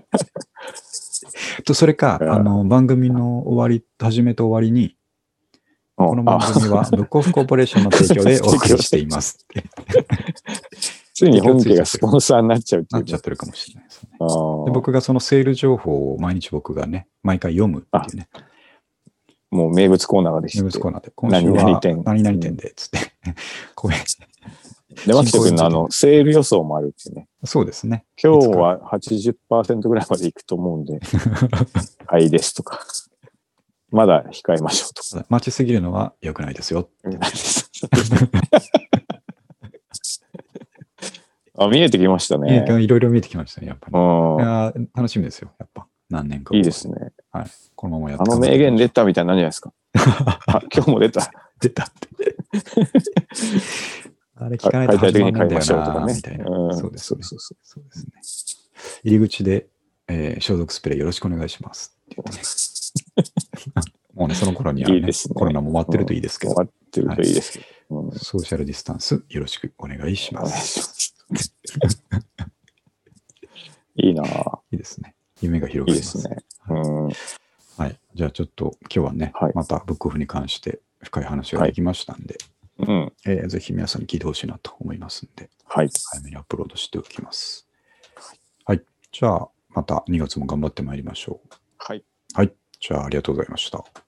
と、それか、あの、番組の終わり、始めと終わりに、この番組はブックオフコーポレーションの提供でお送りしていますって。 ついに本家がスポンサーになっちゃうっていう。 なっちゃってるかもしれないですね。で僕がそのセール情報を毎日僕がね、毎回読むっていうね。 もう名物コーナーができて。 名物コーナーで。今週は何々店で、つって。これ。 で、牧田君のあの、セール予想もあるっていうね。 そうですね。 今日は はちじゅっパーセント ぐらいまでいくと思うんで、買いですとか。まだ控えましょうとか。 待ちすぎるのは良くないですよ。 あ、見えてきましたね。 いろいろ見えてきましたね、やっぱり。いや楽しみですよ、やっぱ。何年か。 いいですね。 はい。このままやってあの名言出たみたいなんじゃないですか。あ、今日も出た。 出たって。あれ聞かないと始まんないんだよな、みたいな。そうです、そうです。そうですね。入り口で、えー、消毒スプレーよろしくお願いします。もうね、その頃には、ね、いいですね、コロナも終わってるといいですけど。 終わってるといいですけど。 はい、ソーシャルディスタンスよろしくお願いします。 いいなぁ。 いいですね。夢が広がります。いいですね。うんはい。じゃあちょっと今日はね、はい、またブックオフに関して深い話ができましたんで、はいうんえー、ぜひ皆さんに聞いてほしいなと思いますんで、はい、早めにアップロードしておきます。はい。はい、じゃあまたにがつも頑張ってまいりましょう。はい。はい。じゃあありがとうございました。